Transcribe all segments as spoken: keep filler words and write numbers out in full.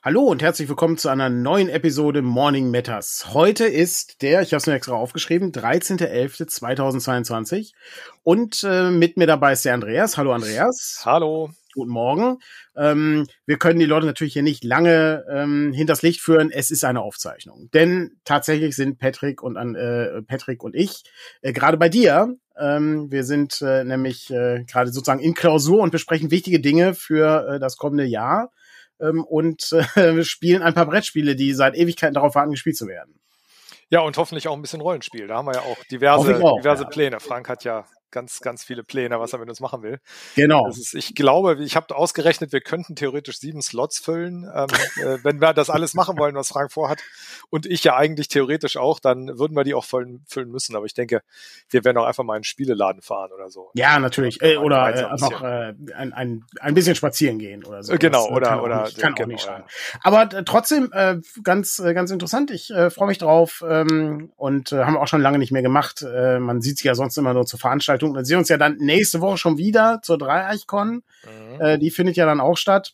Hallo und herzlich willkommen zu einer neuen Episode Morning Matters. Heute ist der, ich habe es mir extra aufgeschrieben, dreizehnter elfter zweitausendzweiundzwanzig und äh, mit mir dabei ist der Andreas. Hallo Andreas. Hallo. Guten Morgen. Ähm, wir können die Leute natürlich hier nicht lange ähm, hinters Licht führen. Es ist eine Aufzeichnung, denn tatsächlich sind Patrick und äh, Patrick und ich äh, gerade bei dir. Ähm, wir sind äh, nämlich äh, gerade sozusagen in Klausur und besprechen wichtige Dinge für äh, das kommende Jahr. Und äh, spielen ein paar Brettspiele, die seit Ewigkeiten darauf warten, gespielt zu werden. Ja, und hoffentlich auch ein bisschen Rollenspiel. Da haben wir ja auch diverse, auch, diverse ja. Pläne. Frank hat ja ganz, ganz viele Pläne, was er mit uns machen will. Genau. Das ist, ich glaube, ich habe ausgerechnet, wir könnten theoretisch sieben Slots füllen, ähm, äh, wenn wir das alles machen wollen, was Frank vorhat. Und ich ja eigentlich theoretisch auch, dann würden wir die auch füllen, füllen müssen. Aber ich denke, wir werden auch einfach mal in einen Spieleladen fahren oder so. Ja, natürlich. Äh, oder äh, einfach äh, ein, ein, ein bisschen spazieren gehen oder so. Genau, das, oder kann oder auch nicht, kann genau, auch nicht schaden. Aber äh, trotzdem äh, ganz äh, ganz interessant. Ich äh, freue mich drauf ähm, und äh, haben wir auch schon lange nicht mehr gemacht. Äh, man sieht sich ja sonst immer nur zur Veranstaltung. Dann sehen wir uns ja dann nächste Woche schon wieder zur Dreieichkon. Mhm. Äh, die findet ja dann auch statt.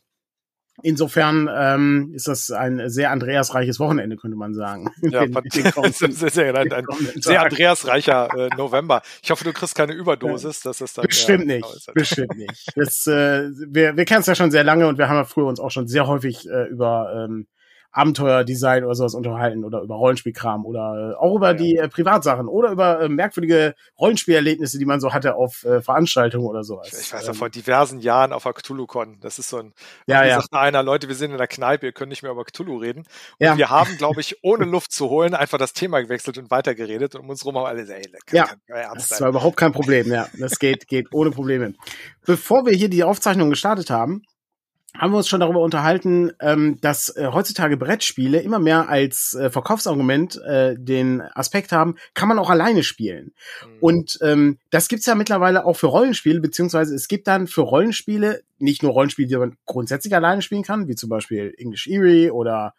Insofern ähm, ist das ein sehr Andreas-reiches Wochenende, könnte man sagen. Ja, den, den kommt, sehr, sehr, ein, ein sehr Andreas-reicher äh, November. Ich hoffe, du kriegst keine Überdosis. Dass es dann, bestimmt ja, nicht, genau bestimmt nicht. Das, äh, wir wir kennen es ja schon sehr lange und wir haben ja früher uns auch schon sehr häufig äh, über ähm, Abenteuerdesign oder sowas unterhalten oder über Rollenspielkram oder äh, auch über ja, die äh, Privatsachen oder über äh, merkwürdige Rollenspielerlebnisse, die man so hatte auf äh, Veranstaltungen oder sowas. Ich, ich weiß ja, ähm, vor diversen Jahren auf der Cthulhu-Con, das ist so ein, ja, wie ja. sagt einer, Leute, wir sind in der Kneipe, ihr könnt nicht mehr über Cthulhu reden. Und ja. wir haben, glaube ich, ohne Luft zu holen, einfach das Thema gewechselt und weitergeredet und um uns rum haben alle gesagt, ey, kann, ja, kann, kann das sein. War überhaupt kein Problem, ja. Das geht, geht ohne Probleme. Bevor wir hier die Aufzeichnung gestartet haben, haben wir uns schon darüber unterhalten, ähm, dass äh, heutzutage Brettspiele immer mehr als äh, Verkaufsargument äh, den Aspekt haben, kann man auch alleine spielen. Mhm. Und ähm, das gibt's ja mittlerweile auch für Rollenspiele, beziehungsweise es gibt dann für Rollenspiele nicht nur Rollenspiele, die man grundsätzlich alleine spielen kann, wie zum Beispiel English Eerie oder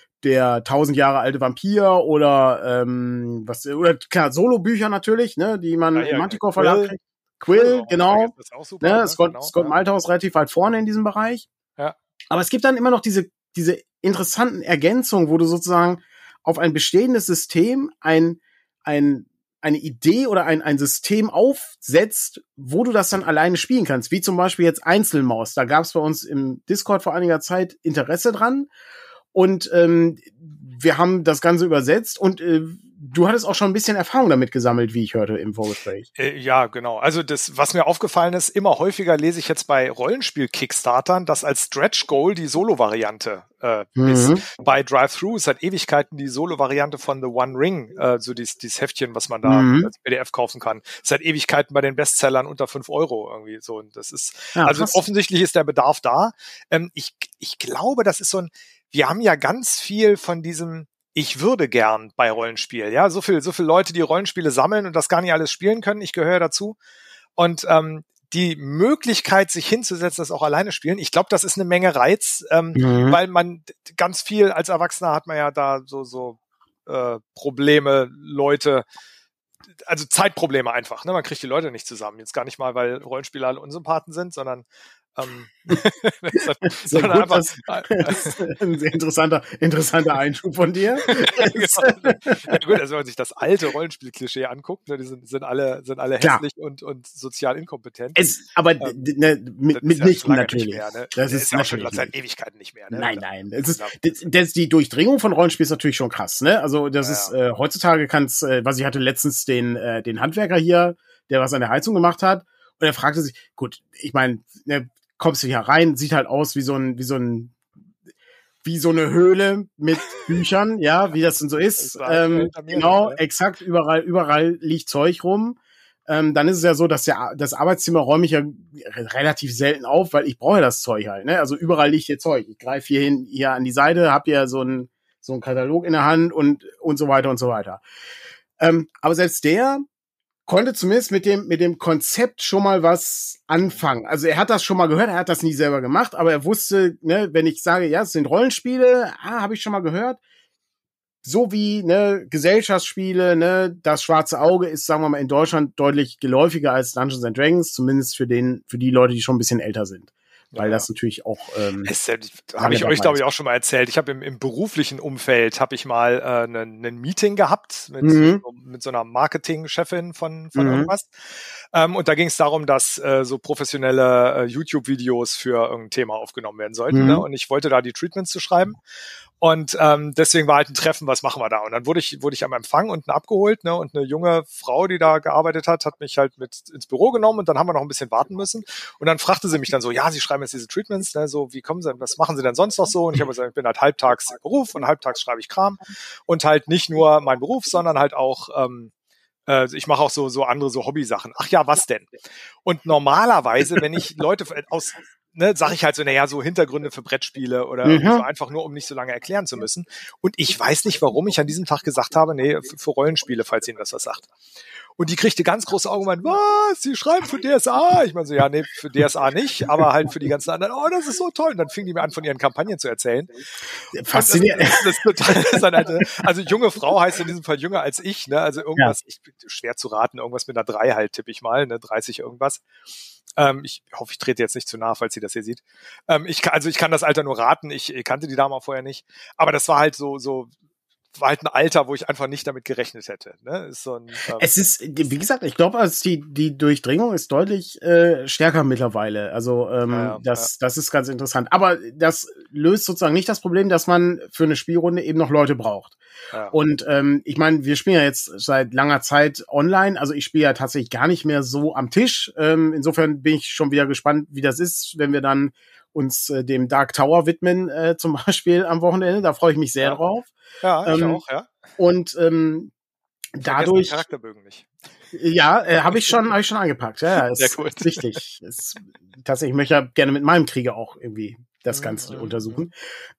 der tausend Jahre alte Vampir oder ähm, was oder klar Solo-Bücher natürlich, ne, die man ja, ja, im Manticore Verlag kriegt. Quill, Quill genau. Das ist auch super, ne, ne? Scott, genau, Scott ja. Malthouse relativ weit vorne in diesem Bereich. Ja. Aber es gibt dann immer noch diese, diese interessanten Ergänzungen, wo du sozusagen auf ein bestehendes System ein, ein, eine Idee oder ein, ein System aufsetzt, wo du das dann alleine spielen kannst. Wie zum Beispiel jetzt Einzelmaus. Da gab es bei uns im Discord vor einiger Zeit Interesse dran. Und ähm, wir haben das Ganze übersetzt und äh, du hattest auch schon ein bisschen Erfahrung damit gesammelt, wie ich hörte im Vorgespräch. Äh, ja, genau. Also das, was mir aufgefallen ist, immer häufiger lese ich jetzt bei Rollenspiel-Kickstartern, dass als Stretch-Goal die Solo-Variante äh, mhm. ist. Bei Drive-Thru ist seit Ewigkeiten die Solo-Variante von The One Ring, äh, so dieses, dieses Heftchen, was man da mhm. als P D F kaufen kann. Seit Ewigkeiten bei den Bestsellern unter fünf Euro irgendwie so. Und das ist, ja, also krass. Offensichtlich ist der Bedarf da. Ähm, ich, ich glaube, das ist so ein, wir haben ja ganz viel von diesem ich würde gern bei Rollenspiel, ja, so viel, so viele Leute, die Rollenspiele sammeln und das gar nicht alles spielen können, ich gehöre dazu. Und ähm, die Möglichkeit, sich hinzusetzen, das auch alleine spielen, ich glaube, das ist eine Menge Reiz, ähm, mhm. weil man ganz viel, als Erwachsener hat man ja da so, so äh, Probleme, Leute, also Zeitprobleme einfach, ne? Man kriegt die Leute nicht zusammen. Jetzt gar nicht mal, weil Rollenspieler alle Unsympathen sind, sondern Ähm, sehr gut, einfach, das, das ist ein sehr interessanter, interessanter Einschub von dir. Ja gut, also wenn man sich das alte Rollenspiel-Klischee anguckt, ne, die sind, sind alle, sind alle hässlich und, und sozial inkompetent. Es, aber ähm, ne, mit, mitnichten ja natürlich. Mehr, ne? Das, das ist, ist ja natürlich auch schon seit Ewigkeiten nicht mehr. Ne? Nein, nein. Das ist, das, das, die Durchdringung von Rollenspiel ist natürlich schon krass. Ne? Also das ja, ist äh, heutzutage kann's, äh, was ich hatte letztens den, äh, den Handwerker hier, der was an der Heizung gemacht hat, und er fragte sich, gut, ich meine, ne, kommst du hier rein, sieht halt aus wie so ein, wie so ein, wie so eine Höhle mit Büchern, ja, wie das denn so ist. Ähm, genau, exakt, überall, überall liegt Zeug rum. Ähm, dann ist es ja so, dass der, das Arbeitszimmer räume ich ja relativ selten auf, weil ich brauche das Zeug halt, ne? Also überall liegt hier Zeug. Ich greife hier hin, hier an die Seite, hab hier so ein, so ein Katalog in der Hand und, und so weiter und so weiter. Ähm, aber selbst der konnte zumindest mit dem mit dem Konzept schon mal was anfangen. Also er hat das schon mal gehört, er hat das nie selber gemacht, aber er wusste, ne, wenn ich sage, ja, es sind Rollenspiele, ah, habe ich schon mal gehört. So wie ne Gesellschaftsspiele, ne, das Schwarze Auge ist, sagen wir mal, in Deutschland deutlich geläufiger als Dungeons and Dragons, zumindest für den für die Leute, die schon ein bisschen älter sind. weil ja, das natürlich auch ähm, es, äh, habe ich euch, glaube ich, auch schon mal erzählt. Ich habe im, im beruflichen Umfeld habe ich mal ein äh, ne, Meeting gehabt mit, mhm. so, mit so einer Marketing-Chefin von, von mhm. irgendwas. Ähm, und da ging es darum, dass äh, so professionelle äh, YouTube-Videos für irgendein Thema aufgenommen werden sollten. Mhm. Ne? Und ich wollte da die Treatments zu schreiben. Und ähm, deswegen war halt ein Treffen, was machen wir da? Und dann wurde ich wurde ich am Empfang unten abgeholt, ne? Und eine junge Frau, die da gearbeitet hat, hat mich halt mit ins Büro genommen und dann haben wir noch ein bisschen warten müssen. Und dann fragte sie mich dann so, ja, Sie schreiben jetzt diese Treatments, ne? So, wie kommen Sie, was machen Sie denn sonst noch so? Und ich habe gesagt, ich bin halt halbtags im Beruf und halbtags schreibe ich Kram. Und halt nicht nur mein Beruf, sondern halt auch ähm, äh, ich mache auch so so andere so Hobbysachen. Ach ja, was denn? Und normalerweise, wenn ich Leute aus Ne, sag ich halt so, naja, so Hintergründe für Brettspiele oder mhm. so einfach nur, um nicht so lange erklären zu müssen. Und ich weiß nicht, warum ich an diesem Tag gesagt habe, nee, für, für Rollenspiele, falls Ihnen das was sagt. Und die kriegte ganz große Augen und meinte, was, Sie schreiben für D S A? Ich meine so, ja, nee, für D S A nicht, aber halt für die ganzen anderen, oh, das ist so toll. Und dann fingen die mir an, von ihren Kampagnen zu erzählen. Faszinierend. Das, das, das total, das halt, also junge Frau heißt in diesem Fall jünger als ich, ne? Also irgendwas, ja. ich, schwer zu raten, irgendwas mit einer drei halt, tippe ich mal, ne, dreißig irgendwas. Ähm, ich hoffe, ich trete jetzt nicht zu nah, falls sie das hier sieht. Ähm, ich kann, also ich kann das Alter nur raten. Ich, ich kannte die Dame vorher nicht. Aber das war halt so, so, war halt ein Alter, wo ich einfach nicht damit gerechnet hätte. Ne? Ist so ein, ähm es ist, wie gesagt, ich glaube, also die, die Durchdringung ist deutlich äh, stärker mittlerweile. Also ähm, ja, ja, das, ja. das ist ganz interessant. Aber das löst sozusagen nicht das Problem, dass man für eine Spielrunde eben noch Leute braucht. Ja. Und ähm, ich meine, wir spielen ja jetzt seit langer Zeit online. Also ich spiele ja tatsächlich gar nicht mehr so am Tisch. Ähm, insofern bin ich schon wieder gespannt, wie das ist, wenn wir dann uns äh, dem Dark Tower widmen, äh, zum Beispiel am Wochenende. Da freue ich mich sehr ja. drauf. Ja, ich ähm, auch, ja. Und ähm, dadurch. Charakterbögen nicht. Ja, äh, habe ich schon, habe ich schon angepackt. Ja, ist, Sehr cool. ist wichtig. Ist, tatsächlich, ich möchte ja gerne mit meinem Krieger auch irgendwie das Ganze mhm. untersuchen.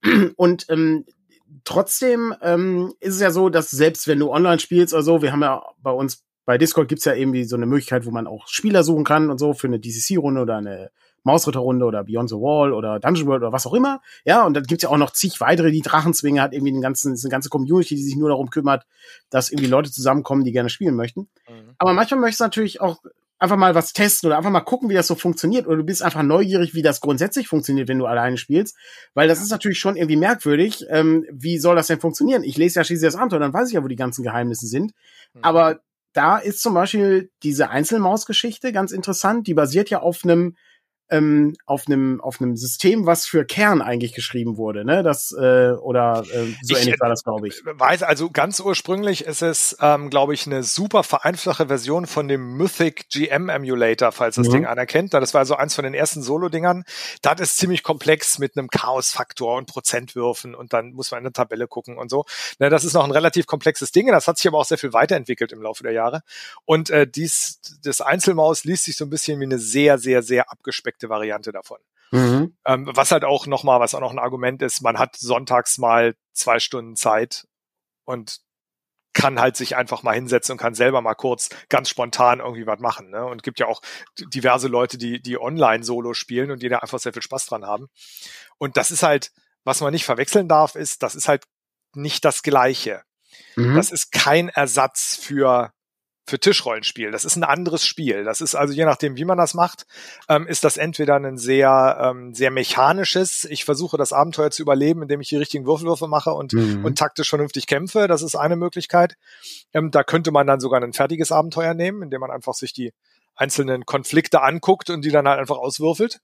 Und ähm, trotzdem ähm, ist es ja so, dass selbst wenn du online spielst oder so, wir haben ja bei uns bei Discord gibt's ja irgendwie so eine Möglichkeit, wo man auch Spieler suchen kann und so für eine D C C-Runde oder eine Mausritterrunde oder Beyond the Wall oder Dungeon World oder was auch immer. Ja, und dann gibt's ja auch noch zig weitere, die Drachenzwinge hat irgendwie den ganzen, ist eine ganze Community, die sich nur darum kümmert, dass irgendwie Leute zusammenkommen, die gerne spielen möchten. Mhm. Aber manchmal möchtest du natürlich auch einfach mal was testen oder einfach mal gucken, wie das so funktioniert. Oder du bist einfach neugierig, wie das grundsätzlich funktioniert, wenn du alleine spielst. Weil das ist natürlich schon irgendwie merkwürdig. Ähm, wie soll das denn funktionieren? Ich lese ja schließlich das Abenteuer, dann weiß ich ja, wo die ganzen Geheimnisse sind. Mhm. Aber da ist zum Beispiel diese Einzelmaus-Geschichte ganz interessant. Die basiert ja auf einem ähm, auf einem auf einem System, was für Kern eigentlich geschrieben wurde, ne? Das äh, oder äh, so ich, ähnlich war das, glaube ich. Weiß also ganz ursprünglich ist es, ähm, glaube ich, eine super vereinfachte Version von dem Mythic G M Emulator, falls das mhm. Ding einer kennt. Das war so eins von den ersten Solo-Dingern. Das ist ziemlich komplex mit einem Chaos-Faktor und Prozentwürfen und dann muss man in eine Tabelle gucken und so. Ne, das ist noch ein relativ komplexes Ding. Das hat sich aber auch sehr viel weiterentwickelt im Laufe der Jahre. Und äh, dies, das Einzelmaus liest sich so ein bisschen wie eine sehr, sehr, sehr abgespeckte Variante davon. Mhm. Ähm, was halt auch nochmal, was auch noch ein Argument ist, man hat sonntags mal zwei Stunden Zeit und kann halt sich einfach mal hinsetzen und kann selber mal kurz ganz spontan irgendwie was machen. Ne? Und gibt ja auch diverse Leute, die die Online-Solo spielen und die da einfach sehr viel Spaß dran haben. Und das ist halt, was man nicht verwechseln darf, ist, das ist halt nicht das Gleiche. Mhm. Das ist kein Ersatz für für Tischrollenspiel. Das ist ein anderes Spiel. Das ist also, je nachdem, wie man das macht, ähm, ist das entweder ein sehr, ähm, sehr mechanisches, ich versuche das Abenteuer zu überleben, indem ich die richtigen Würfelwürfe mache und, mhm. und taktisch vernünftig kämpfe. Das ist eine Möglichkeit. Ähm, da könnte man dann sogar ein fertiges Abenteuer nehmen, indem man einfach sich die einzelnen Konflikte anguckt und die dann halt einfach auswürfelt.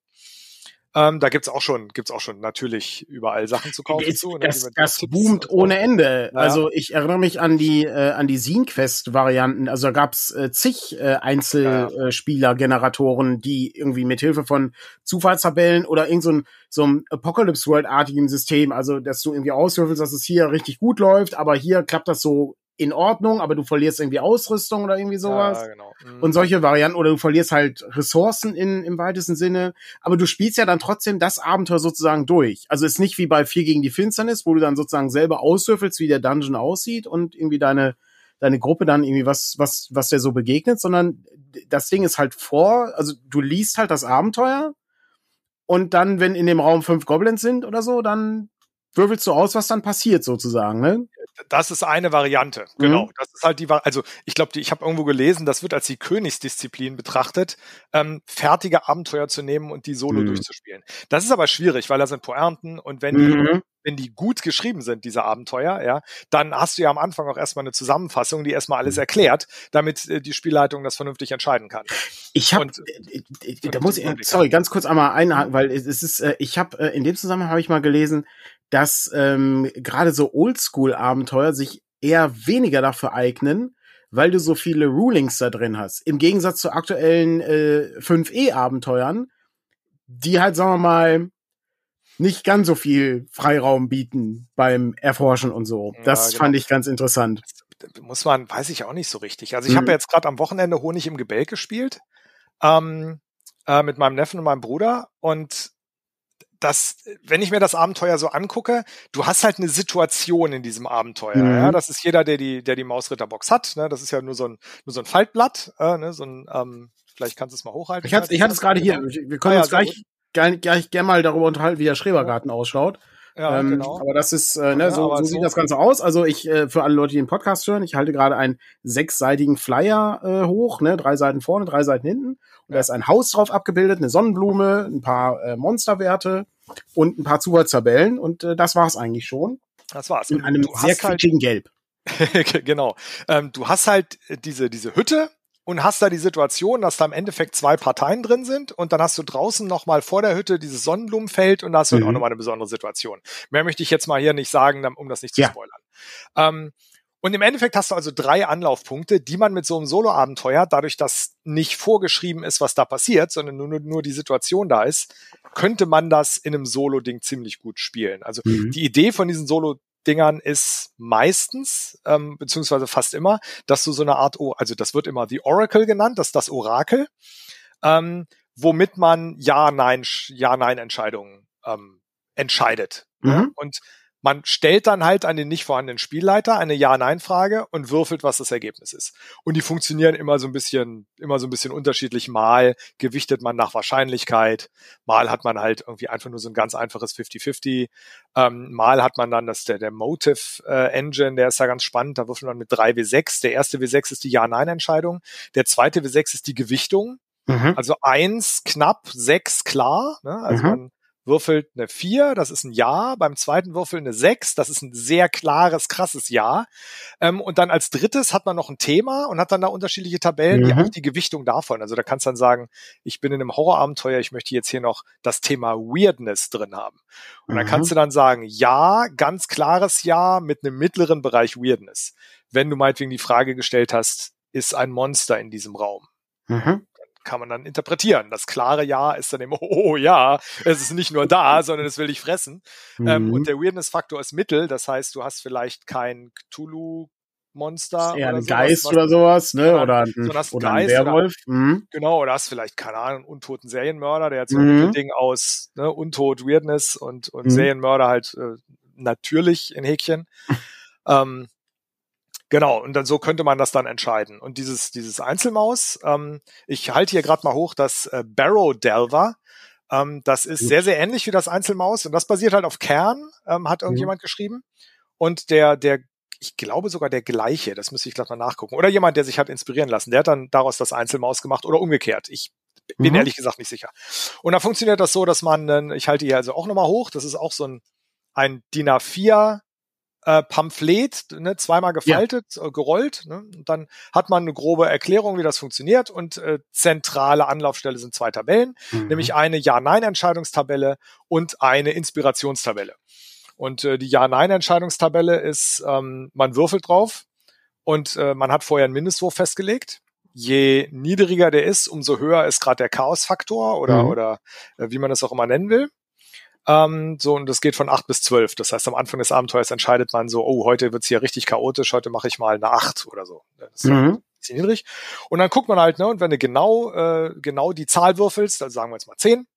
Ähm, da gibt's auch schon, gibt's auch schon natürlich überall Sachen zu kaufen. Jetzt, zu, das, das boomt ohne Ende. Ja. Also ich erinnere mich an die äh, an die Zine-Quest-Varianten. Also da gab's äh, zig äh, Einzelspieler-Generatoren, die irgendwie mit Hilfe von Zufallstabellen oder irgend so ein so ein Apocalypse World-artigen System, also dass du irgendwie auswürfelst, dass es hier richtig gut läuft, aber hier klappt das so in Ordnung, aber du verlierst irgendwie Ausrüstung oder irgendwie sowas. Ja, genau. Mhm. Und solche Varianten, oder du verlierst halt Ressourcen in, im weitesten Sinne. Aber du spielst ja dann trotzdem das Abenteuer sozusagen durch. Also ist nicht wie bei Vier gegen die Finsternis, wo du dann sozusagen selber auswürfelst, wie der Dungeon aussieht und irgendwie deine, deine Gruppe dann irgendwie was, was, was der so begegnet, sondern das Ding ist halt vor, also du liest halt das Abenteuer und dann, wenn in dem Raum fünf Goblins sind oder so, dann würfelst du aus, was dann passiert sozusagen, ne? Das ist eine Variante, genau. Mhm. Das ist halt die, also ich glaube, ich habe irgendwo gelesen, das wird als die Königsdisziplin betrachtet, ähm, fertige Abenteuer zu nehmen und die solo mhm. durchzuspielen. Das ist aber schwierig, weil da sind Pointen und wenn die, mhm. wenn die gut geschrieben sind, diese Abenteuer, ja, dann hast du ja am Anfang auch erstmal eine Zusammenfassung, die erstmal alles erklärt, damit äh, die Spielleitung das vernünftig entscheiden kann. Ich habe, äh, da muss ich, sorry, ganz kurz einmal einhaken, weil es ist, äh, ich habe äh, in dem Zusammenhang habe ich mal gelesen, dass ähm, gerade so Oldschool-Abenteuer sich eher weniger dafür eignen, weil du so viele Rulings da drin hast. Im Gegensatz zu aktuellen äh, fünf E-Abenteuern, die halt, sagen wir mal, nicht ganz so viel Freiraum bieten beim Erforschen und so. Das ja, genau. fand ich ganz interessant. Das muss man, weiß ich auch nicht so richtig. Also ich mhm. habe jetzt gerade am Wochenende Honig im Gebälk gespielt ähm, äh, mit meinem Neffen und meinem Bruder und das, wenn ich mir das Abenteuer so angucke, du hast halt eine Situation in diesem Abenteuer. Mhm. Ja, das ist jeder, der die, der die Mausritterbox hat. Ne? Das ist ja nur so ein, nur so ein Faltblatt. Äh, ne? So ein, ähm, vielleicht kannst du es mal hochhalten. Ich hatte, ich hatte es gerade hier. Wir können ah, ja, uns gleich, gleich, gleich gerne mal darüber unterhalten, wie der Schrebergarten ja. ausschaut. Ja, ähm, genau. Aber das ist, äh, ne, ja, so, so sieht so das Ganze aus. Also ich, äh, für alle Leute, die den Podcast hören, ich halte gerade einen sechsseitigen Flyer äh, hoch, ne, drei Seiten vorne, drei Seiten hinten. Und ja. da ist ein Haus drauf abgebildet, eine Sonnenblume, ein paar äh, Monsterwerte und ein paar Zufallstabellen. Und äh, das war's eigentlich schon. Das war's. In einem sehr quietschigen halt, Gelb. Genau. Ähm, du hast halt diese, diese Hütte. Und hast da die Situation, dass da im Endeffekt zwei Parteien drin sind und dann hast du draußen nochmal vor der Hütte dieses Sonnenblumenfeld und da hast du mhm. auch nochmal eine besondere Situation. Mehr möchte ich jetzt mal hier nicht sagen, um das nicht zu ja. spoilern. Ähm, und im Endeffekt hast du also drei Anlaufpunkte, die man mit so einem Solo-Abenteuer, dadurch, dass nicht vorgeschrieben ist, was da passiert, sondern nur, nur die Situation da ist, könnte man das in einem Solo-Ding ziemlich gut spielen. Also mhm. die Idee von diesen Solo- Dingern ist meistens, ähm, beziehungsweise fast immer, dass du so eine Art, also das wird immer The Oracle genannt, das ist das Orakel, ähm, womit man Ja-Nein, Ja-Nein-Entscheidungen ähm, entscheidet. Mhm. Ja? Und man stellt dann halt an den nicht vorhandenen Spielleiter eine Ja-Nein-Frage und würfelt, was das Ergebnis ist. Und die funktionieren immer so ein bisschen, immer so ein bisschen unterschiedlich. Mal gewichtet man nach Wahrscheinlichkeit, mal hat man halt irgendwie einfach nur so ein ganz einfaches fifty fifty. Ähm, mal hat man dann das, der, der Motive äh, Engine, der ist da ganz spannend, da würfelt man mit drei W sechs. Der erste W sechs ist die Ja-Nein-Entscheidung. Der zweite W sechs ist die Gewichtung. Mhm. Also eins knapp, sechs klar. Ne? Also mhm. man würfelt eine vier, das ist ein Ja. Beim zweiten Würfel eine sechs, das ist ein sehr klares, krasses Ja. Ähm, und dann als drittes hat man noch ein Thema und hat dann da unterschiedliche Tabellen, mhm. die auch die Gewichtung davon. Also da kannst du dann sagen, ich bin in einem Horrorabenteuer, ich möchte jetzt hier noch das Thema Weirdness drin haben. Und mhm. dann kannst du dann sagen, Ja, ganz klares Ja mit einem mittleren Bereich Weirdness. Wenn du meinetwegen die Frage gestellt hast, ist ein Monster in diesem Raum? Mhm. Kann man dann interpretieren. Das klare Ja ist dann eben, oh ja, es ist nicht nur da, sondern es will dich fressen. Mhm. Ähm, und der Weirdness-Faktor ist Mittel, das heißt, du hast vielleicht kein Cthulhu-Monster eher oder ein sowas, Geist oder sowas, ne? Oder ein, so ein, oder ein Werwolf. Oder, mhm. Genau, oder hast vielleicht, keine Ahnung, einen untoten Serienmörder, der hat so ein Mhm. Mittelding aus ne, Untot, Weirdness und, und mhm. Serienmörder halt äh, natürlich in Häkchen. ähm, Genau, und dann so könnte man das dann entscheiden. Und dieses dieses Einzelmaus, ähm, ich halte hier gerade mal hoch das äh, Barrow Delver. Ähm, das ist sehr, sehr ähnlich wie das Einzelmaus und das basiert halt auf Kern, ähm, hat irgendjemand mhm. geschrieben. Und der, der, ich glaube sogar der gleiche, das müsste ich gleich mal nachgucken. Oder jemand, der sich hat inspirieren lassen, der hat dann daraus das Einzelmaus gemacht oder umgekehrt. Ich bin mhm. ehrlich gesagt nicht sicher. Und da funktioniert das so, dass man, ich halte hier also auch nochmal hoch, das ist auch so ein, ein D I N A vier Äh, Pamphlet, ne, zweimal gefaltet, ja. äh, gerollt. Ne, und dann hat man eine grobe Erklärung, wie das funktioniert. Und äh, zentrale Anlaufstelle sind zwei Tabellen, mhm. nämlich eine Ja-Nein-Entscheidungstabelle und eine Inspirationstabelle. Und äh, die Ja-Nein-Entscheidungstabelle ist, ähm, man würfelt drauf und äh, man hat vorher einen Mindestwurf festgelegt. Je niedriger der ist, umso höher ist gerade der Chaos-Faktor oder, mhm. oder äh, wie man das auch immer nennen will. Ähm, so, und das geht von acht bis zwölf. Das heißt, am Anfang des Abenteuers entscheidet man so, oh, heute wird's hier richtig chaotisch, heute mache ich mal eine acht oder so. Das ist mhm. ein bisschen niedrig. Und dann guckt man halt, ne, und wenn du genau, äh, genau die Zahl würfelst, also sagen wir jetzt mal zehn,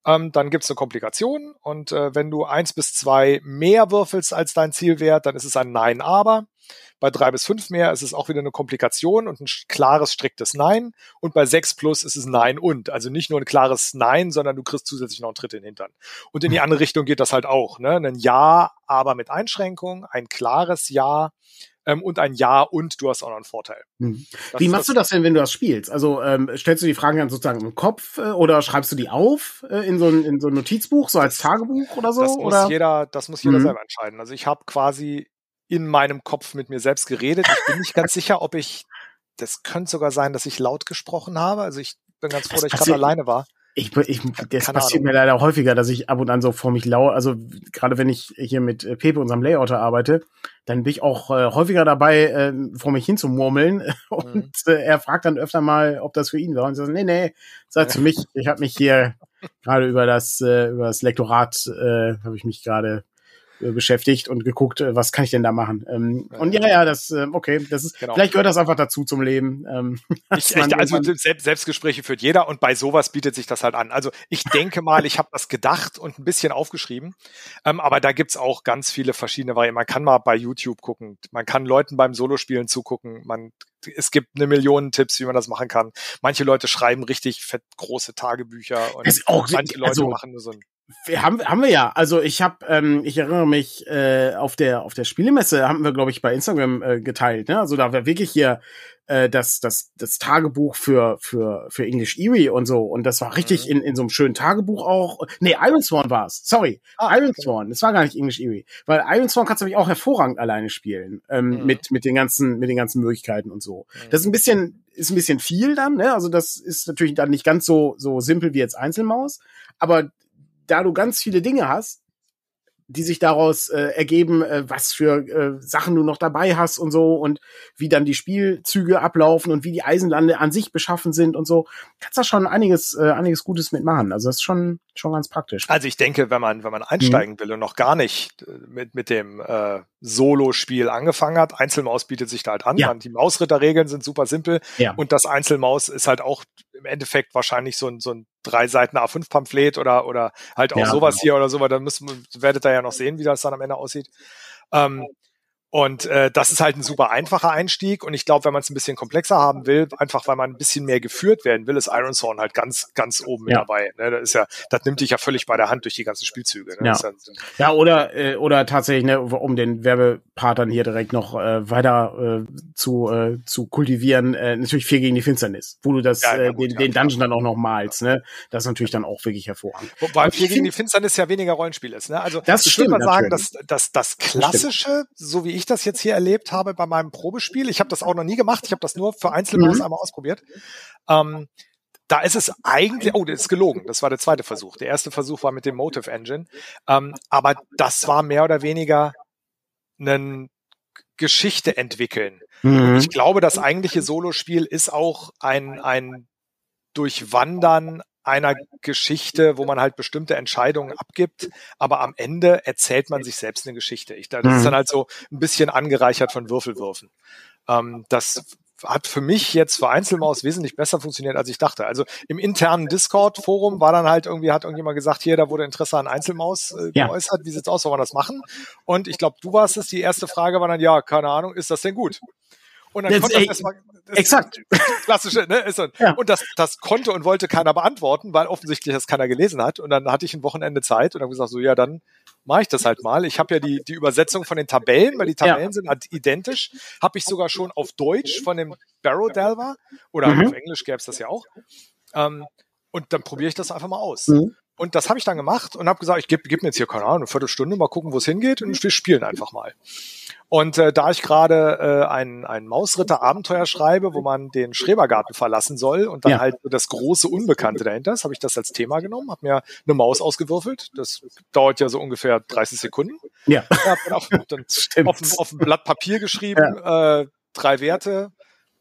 Ähm, dann gibt's eine Komplikation und äh, wenn du eins bis zwei mehr würfelst als dein Zielwert, dann ist es ein Nein, aber. Bei drei bis fünf mehr ist es auch wieder eine Komplikation und ein klares, striktes Nein. Und bei sechs plus ist es Nein und. Also nicht nur ein klares Nein, sondern du kriegst zusätzlich noch einen Tritt in den Hintern. Und in die andere Richtung geht das halt auch. Ne? Ein Ja, aber mit Einschränkung, ein klares Ja ähm, und ein Ja und du hast auch noch einen Vorteil. Hm. Wie machst du das denn, wenn du das spielst? Also ähm, stellst du die Fragen dann sozusagen im Kopf äh, oder schreibst du die auf äh, in so ein in so ein Notizbuch, so als Tagebuch oder so? Das muss oder? jeder, das muss jeder Mhm. selber entscheiden. Also ich habe quasi in meinem Kopf mit mir selbst geredet. Ich bin nicht ganz sicher, ob ich, das könnte sogar sein, dass ich laut gesprochen habe. Also ich bin ganz froh, dass ich gerade alleine war. Ich, ich, das Keine passiert Ahnung. mir leider häufiger, dass ich ab und an so vor mich lau, also gerade wenn ich hier mit Pepe, unserem Layouter, arbeite, dann bin ich auch äh, häufiger dabei, äh, vor mich hin zu murmeln und Mhm. äh, er fragt dann öfter mal, ob das für ihn war und ich sage, nee, nee, sag für mich, ich habe mich hier gerade über das äh, über das Lektorat äh, habe ich mich gerade beschäftigt und geguckt, was kann ich denn da machen. Ähm, ja, und ja, ja, das, äh, okay, das ist, genau. Vielleicht gehört das einfach dazu zum Leben. Ähm, ich, ich, also Selbst, Selbstgespräche führt jeder und bei sowas bietet sich das halt an. Also ich denke mal, ich habe das gedacht und ein bisschen aufgeschrieben, ähm, aber da gibt's auch ganz viele verschiedene Varianten. Man kann mal bei YouTube gucken, man kann Leuten beim Solospielen zugucken, man es gibt eine Million Tipps, wie man das machen kann. Manche Leute schreiben richtig fett große Tagebücher und auch, manche Leute also, machen nur so ein haben haben wir ja. Also ich habe, ähm, ich erinnere mich äh, auf der auf der Spielemesse haben wir, glaube ich, bei Instagram äh, geteilt. Ne? Also da war wirklich hier äh, das das das Tagebuch für für für English Erie und so. Und das war richtig mhm. in in so einem schönen Tagebuch auch. Nee, Ironsworn war es. Sorry, ah, Ironsworn. Das war gar nicht English Erie, weil Ironsworn kannst du nämlich auch hervorragend alleine spielen ähm, mhm. mit mit den ganzen mit den ganzen Möglichkeiten und so. Mhm. Das ist ein bisschen ist ein bisschen viel dann. Ne? Also das ist natürlich dann nicht ganz so so simpel wie jetzt Einzelmaus, aber da du ganz viele Dinge hast, die sich daraus äh, ergeben, äh, was für äh, Sachen du noch dabei hast und so und wie dann die Spielzüge ablaufen und wie die Eisenlande an sich beschaffen sind und so, kannst da schon einiges äh, einiges Gutes mitmachen. Also das ist schon schon ganz praktisch. Also ich denke, wenn man wenn man einsteigen mhm. will und noch gar nicht mit mit dem äh, Solo-Spiel angefangen hat, Einzelmaus bietet sich da halt an. Ja. Die Mausritterregeln sind super simpel ja. und das Einzelmaus ist halt auch im Endeffekt wahrscheinlich so ein so ein drei Seiten A fünf Pamphlet oder oder halt auch ja, sowas genau. hier oder so, weil dann müssen werdet ihr ja noch sehen, wie das dann am Ende aussieht. Ähm, Und äh, das ist halt ein super einfacher Einstieg. Und ich glaube, wenn man es ein bisschen komplexer haben will, einfach weil man ein bisschen mehr geführt werden will, ist Ironsworn halt ganz, ganz oben mit ja. dabei. Ne? Das ist ja, das nimmt dich ja völlig bei der Hand durch die ganzen Spielzüge. Ne? Ja. Das ist ja, ja, oder äh, oder tatsächlich, ne, um den Werbepart dann hier direkt noch äh, weiter äh, zu äh, zu kultivieren, äh, natürlich vier gegen die Finsternis, wo du das ja, äh, gut, den, ja, den Dungeon klar. dann auch noch malst. Ne? Das ist natürlich dann auch wirklich hervorragend. Wobei vier gegen die Finsternis ja weniger Rollenspiel ist. Ne? Also das ich stimmt, würde mal sagen, natürlich. dass, dass das Klassische, das so wie ich das jetzt hier erlebt habe bei meinem Probespiel, ich habe das auch noch nie gemacht, ich habe das nur für Einzelmaus mhm. einmal ausprobiert, ähm, da ist es eigentlich, oh, das ist gelogen, das war der zweite Versuch. Der erste Versuch war mit dem Motive Engine, ähm, aber das war mehr oder weniger eine Geschichte entwickeln. Mhm. Ich glaube, das eigentliche Solospiel ist auch ein, ein Durchwandern einer Geschichte, wo man halt bestimmte Entscheidungen abgibt, aber am Ende erzählt man sich selbst eine Geschichte. Ich, das mhm. ist dann halt so ein bisschen angereichert von Würfelwürfen. Ähm, das hat für mich jetzt für Einzelmaus wesentlich besser funktioniert, als ich dachte. Also im internen Discord-Forum war dann halt irgendwie, hat irgendjemand gesagt, hier, da wurde Interesse an Einzelmaus äh, ja. geäußert, wie sieht's aus, wollen wir das machen? Und ich glaube, du warst es, die erste Frage war dann, ja, keine Ahnung, ist das denn gut? Und dann das, konnte ey, das erstmal, das exakt. Klassische, ne? Ist so. Ja. Und das, das konnte und wollte keiner beantworten, weil offensichtlich das keiner gelesen hat. Und dann hatte ich ein Wochenende Zeit und habe gesagt, so, ja, dann mache ich das halt mal. Ich habe ja die, die Übersetzung von den Tabellen, weil die Tabellen ja. sind halt identisch, habe ich sogar schon auf Deutsch von dem Barrow Delver oder mhm. auf Englisch gäbe es das ja auch. Ähm, und dann probiere ich das einfach mal aus. Mhm. Und das habe ich dann gemacht und habe gesagt, ich gebe geb mir jetzt hier, keine Ahnung, eine Viertelstunde, mal gucken, wo es hingeht und wir spielen einfach mal. Und äh, da ich gerade äh, ein, ein Mausritter-Abenteuer schreibe, wo man den Schrebergarten verlassen soll und dann ja. halt das große Unbekannte dahinter ist, habe ich das als Thema genommen, habe mir eine Maus ausgewürfelt. Das dauert ja so ungefähr dreißig Sekunden. Ja. Ich habe dann, auf, dann auf, auf ein Blatt Papier geschrieben, ja. äh, drei Werte,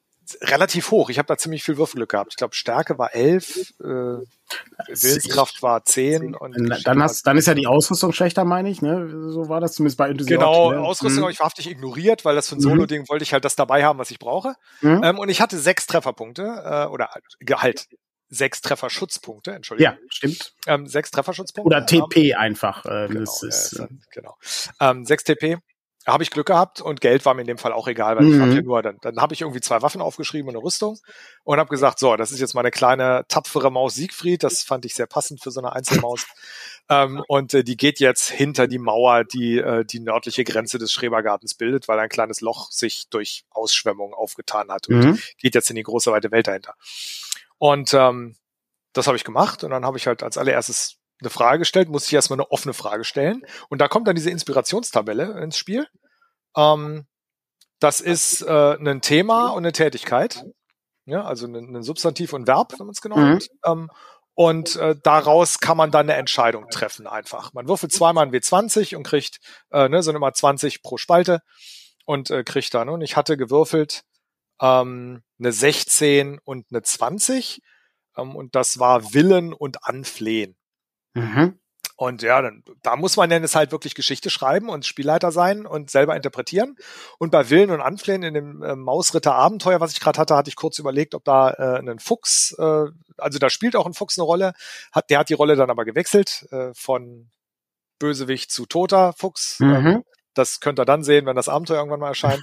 relativ hoch. Ich habe da ziemlich viel Würfelglück gehabt. Ich glaube, Stärke war elf, äh, Willenskraft war zehn. Und dann, hast, dann ist ja die Ausrüstung schlechter, meine ich. Ne? So war das zumindest bei Enthusiast. Genau, ne? Ausrüstung mhm. habe ich wahrhaftig ignoriert, weil das für ein Solo-Ding mhm. wollte ich halt das dabei haben, was ich brauche. Mhm. Ähm, und ich hatte sechs Trefferpunkte äh, oder Gehalt. sechs Trefferschutzpunkte, Entschuldigung. Ja, stimmt. Ähm, sechs Trefferschutzpunkte. Oder T P ähm, einfach. Äh, genau, das ist, äh, dann, genau. Ähm, sechs T P. Habe ich Glück gehabt und Geld war mir in dem Fall auch egal, weil mhm. ich habe ja nur, dann, dann habe ich irgendwie zwei Waffen aufgeschrieben und eine Rüstung und habe gesagt, so, das ist jetzt meine kleine, tapfere Maus Siegfried, das fand ich sehr passend für so eine Einzelmaus ähm, und äh, die geht jetzt hinter die Mauer, die äh, die nördliche Grenze des Schrebergartens bildet, weil ein kleines Loch sich durch Ausschwemmung aufgetan hat und mhm. geht jetzt in die große, weite Welt dahinter. Und ähm, das habe ich gemacht und dann habe ich halt als allererstes eine Frage gestellt, muss ich erstmal eine offene Frage stellen. Und da kommt dann diese Inspirationstabelle ins Spiel. Ähm, das ist äh, ein Thema und eine Tätigkeit. Ja, also ein, ein Substantiv und Verb, wenn man es genau mhm. nimmt. Ähm, und äh, daraus kann man dann eine Entscheidung treffen einfach. Man würfelt zweimal ein W zwanzig und kriegt, äh, ne, sind immer zwanzig pro Spalte und äh, kriegt dann. Und ich hatte gewürfelt ähm, eine sechzehn und eine zwanzig. Ähm, und das war Willen und Anflehen. Mhm. Und ja, dann, da muss man dann es halt wirklich Geschichte schreiben und Spielleiter sein und selber interpretieren. Und bei Willen und Anflehen in dem äh, Mausritter-Abenteuer, was ich gerade hatte, hatte ich kurz überlegt, ob da äh, ein Fuchs, äh, also da spielt auch ein Fuchs eine Rolle. Hat, der hat die Rolle dann aber gewechselt äh, von Bösewicht zu toter Fuchs. Mhm. Ähm, das könnt ihr dann sehen, wenn das Abenteuer irgendwann mal erscheint.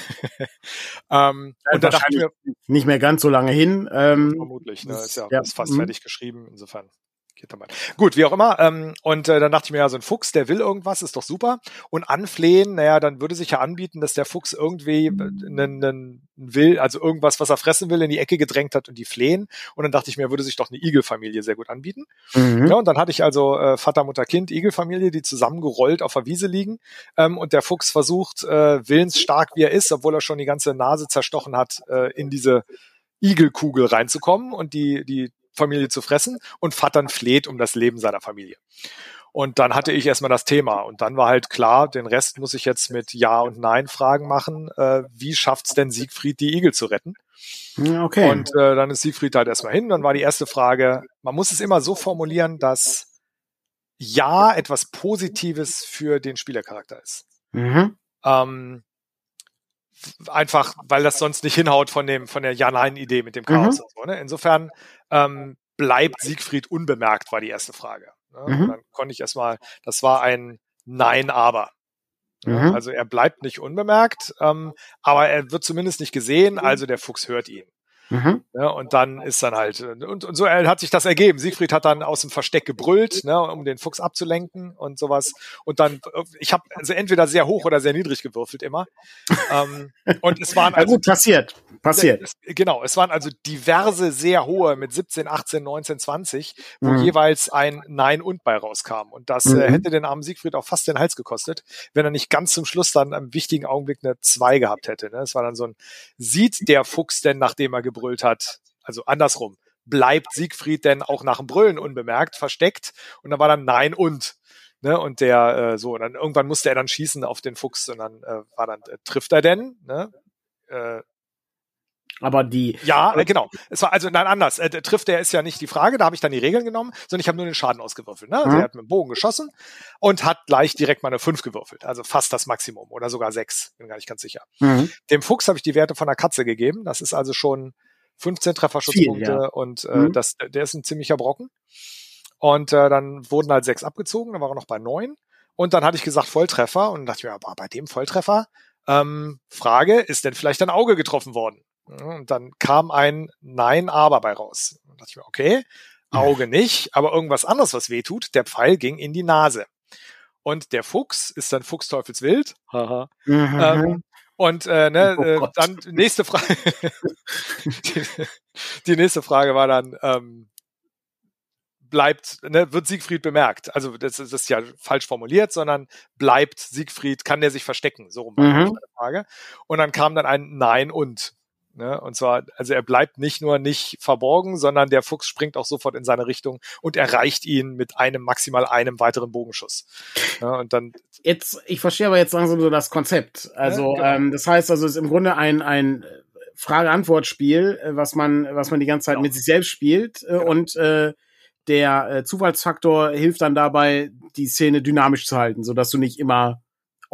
ähm, und da dachte ich mir, nicht mehr ganz so lange hin. Ähm, vermutlich, ne? Ist ja, ja ist fast m- fertig geschrieben, insofern. Gut, wie auch immer. Ähm, und äh, dann dachte ich mir, ja, so ein Fuchs, der will irgendwas, ist doch super. Und anflehen, naja, dann würde sich ja anbieten, dass der Fuchs irgendwie einen, einen will, also irgendwas, was er fressen will, in die Ecke gedrängt hat und die flehen. Und dann dachte ich mir, würde sich doch eine Igelfamilie sehr gut anbieten. Mhm. Ja, und dann hatte ich also äh, Vater, Mutter, Kind, Igelfamilie, die zusammengerollt auf der Wiese liegen. Ähm, und der Fuchs versucht, äh, willensstark wie er ist, obwohl er schon die ganze Nase zerstochen hat, äh, in diese Igelkugel reinzukommen und die, die Familie zu fressen und Vattern fleht um das Leben seiner Familie. Und dann hatte ich erstmal das Thema und dann war halt klar, den Rest muss ich jetzt mit Ja- und Nein-Fragen machen. Äh, wie schafft's denn Siegfried, die Igel zu retten? Okay. Und äh, dann ist Siegfried halt erstmal hin. Dann war die erste Frage, man muss es immer so formulieren, dass Ja etwas Positives für den Spielercharakter ist. Mhm. Ähm, einfach, weil das sonst nicht hinhaut von dem von der Ja-Nein-Idee mit dem Chaos. Mhm. Und so, ne? Insofern ähm, bleibt Siegfried unbemerkt, war die erste Frage. Ne? Mhm. Und dann konnte ich erstmal, das war ein Nein, aber. Mhm. Ja? Also er bleibt nicht unbemerkt, ähm, aber er wird zumindest nicht gesehen, also der Fuchs hört ihn. Mhm. Ja, und dann ist dann halt, und, und so hat sich das ergeben. Siegfried hat dann aus dem Versteck gebrüllt, ne, um den Fuchs abzulenken und sowas. Und dann, ich habe also entweder sehr hoch oder sehr niedrig gewürfelt immer. ähm, und es waren also, also passiert, passiert. Es, genau, es waren also diverse sehr hohe mit siebzehn, achtzehn, neunzehn, zwanzig, wo mhm. jeweils ein Nein und bei rauskam. Und das mhm. äh, hätte den armen Siegfried auch fast den Hals gekostet, wenn er nicht ganz zum Schluss dann am wichtigen Augenblick eine zwei gehabt hätte. Ne? Es war dann so ein, sieht der Fuchs denn, nachdem er gebrüllt hat, also andersrum, bleibt Siegfried denn auch nach dem Brüllen unbemerkt, versteckt? Und dann war dann Nein und. Ne? Und der, äh, so, und dann irgendwann musste er dann schießen auf den Fuchs und dann äh, war dann, äh, trifft er denn? Ne? Äh, Aber die... Ja, äh, genau. Es war also, nein, anders. Äh, trifft er ist ja nicht die Frage, da habe ich dann die Regeln genommen, sondern ich habe nur den Schaden ausgewürfelt. Ne? Also mhm. er hat mit dem Bogen geschossen und hat gleich direkt mal eine fünf gewürfelt. Also fast das Maximum oder sogar sechs, bin gar nicht ganz sicher. Mhm. Dem Fuchs habe ich die Werte von der Katze gegeben. Das ist also schon fünfzehn Trefferschutzpunkte ja. und äh, mhm. das, der ist ein ziemlicher Brocken. Und äh, dann wurden halt sechs abgezogen, dann war er noch bei neun. Und dann hatte ich gesagt Volltreffer und dann dachte ich mir, aber bei dem Volltreffer, ähm, Frage, ist denn vielleicht ein Auge getroffen worden? Und dann kam ein Nein, aber bei raus. Und dann dachte ich mir, okay, Auge nicht, aber irgendwas anderes, was weh tut. Der Pfeil ging in die Nase. Und der Fuchs ist dann Fuchsteufelswild. Haha. Mhm. Ähm, und äh, ne, oh dann nächste Frage. die, die nächste Frage war dann, ähm, bleibt, ne, wird Siegfried bemerkt? Also das, das ist ja falsch formuliert, sondern bleibt Siegfried, kann der sich verstecken? So rum war mhm. die Frage. Und dann kam dann ein Nein und. Ne? Und zwar, also er bleibt nicht nur nicht verborgen, sondern der Fuchs springt auch sofort in seine Richtung und erreicht ihn mit einem, maximal einem weiteren Bogenschuss. Ja, und dann jetzt, ich verstehe aber jetzt langsam so das Konzept. Also ja, genau. ähm, das heißt, also es ist im Grunde ein ein Frage-Antwort-Spiel, was man was man die ganze Zeit genau. mit sich selbst spielt äh, genau. und äh, der äh, Zufallsfaktor hilft dann dabei, die Szene dynamisch zu halten, sodass du nicht immer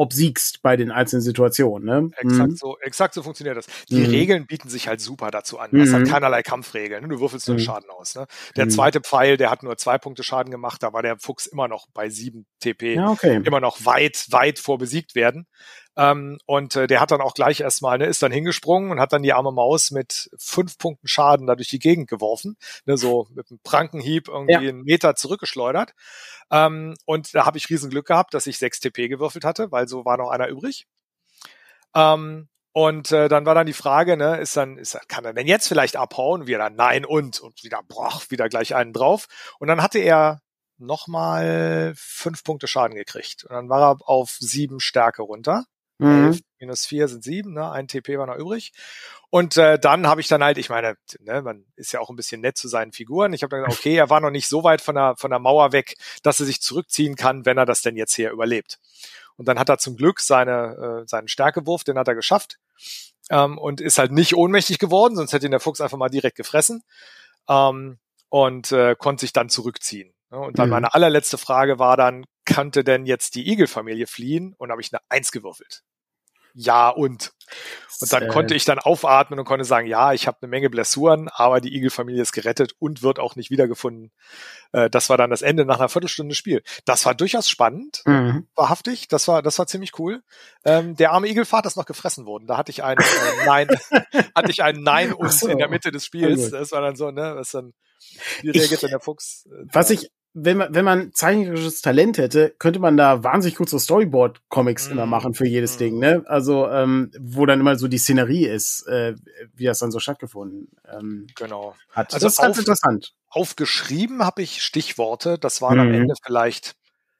obsiegst bei den einzelnen Situationen. Ne? Exakt mhm. so, exakt so funktioniert das. Die mhm. Regeln bieten sich halt super dazu an. Das mhm. hat keinerlei Kampfregeln. Du würfelst nur mhm. Schaden aus. Ne? Der mhm. zweite Pfeil, der hat nur zwei Punkte Schaden gemacht. Da war der Fuchs immer noch bei sieben T P. Ja, okay. Immer noch weit, weit vor besiegt werden. Ähm, und äh, der hat dann auch gleich erstmal, ne, ist dann hingesprungen und hat dann die arme Maus mit fünf Punkten Schaden da durch die Gegend geworfen. Ne, so mit einem Prankenhieb irgendwie ja. einen Meter zurückgeschleudert. Ähm, und da habe ich riesen Glück gehabt, dass ich sechs T P gewürfelt hatte, weil so war noch einer übrig. Ähm, und äh, dann war dann die Frage, ne, ist dann, ist, kann er denn jetzt vielleicht abhauen? Und wir dann, nein, und, und wieder, boah, wieder gleich einen drauf. Und dann hatte er nochmal fünf Punkte Schaden gekriegt. Und dann war er auf sieben Stärke runter. Mhm. elf minus vier sind sieben, ne? Ein T P war noch übrig. Und äh, dann habe ich dann halt, ich meine, ne, man ist ja auch ein bisschen nett zu seinen Figuren. Ich habe dann gesagt, okay, er war noch nicht so weit von der, von der Mauer weg, dass er sich zurückziehen kann, wenn er das denn jetzt hier überlebt. Und dann hat er zum Glück seine, äh, seinen Stärkewurf, den hat er geschafft ähm, und ist halt nicht ohnmächtig geworden, sonst hätte ihn der Fuchs einfach mal direkt gefressen ähm, und äh, konnte sich dann zurückziehen. Und dann mhm. meine allerletzte Frage war dann, könnte denn jetzt die Igel-Familie fliehen? Und da habe ich eine Eins gewürfelt. Ja und. Und dann äh. konnte ich dann aufatmen und konnte sagen, ja, ich habe eine Menge Blessuren, aber die Igel-Familie ist gerettet und wird auch nicht wiedergefunden. Äh, das war dann das Ende nach einer Viertelstunde Spiel. Das war durchaus spannend, mhm. wahrhaftig. Das war, das war ziemlich cool. Ähm, der arme Igelvater ist noch gefressen worden. Da hatte ich ein äh, Nein, hatte ich ein Nein und so. In der Mitte des Spiels. Das war dann so, ne, was dann, wie reagiert denn der Fuchs? Äh, was ich Wenn man, wenn man zeichnerisches Talent hätte, könnte man da wahnsinnig gut so Storyboard-Comics mm. immer machen für jedes mm. Ding, ne? Also, ähm, wo dann immer so die Szenerie ist, äh, wie das dann so stattgefunden ähm, genau. hat. Also das ist ganz auf, interessant. Aufgeschrieben habe ich Stichworte, das waren mhm. am Ende vielleicht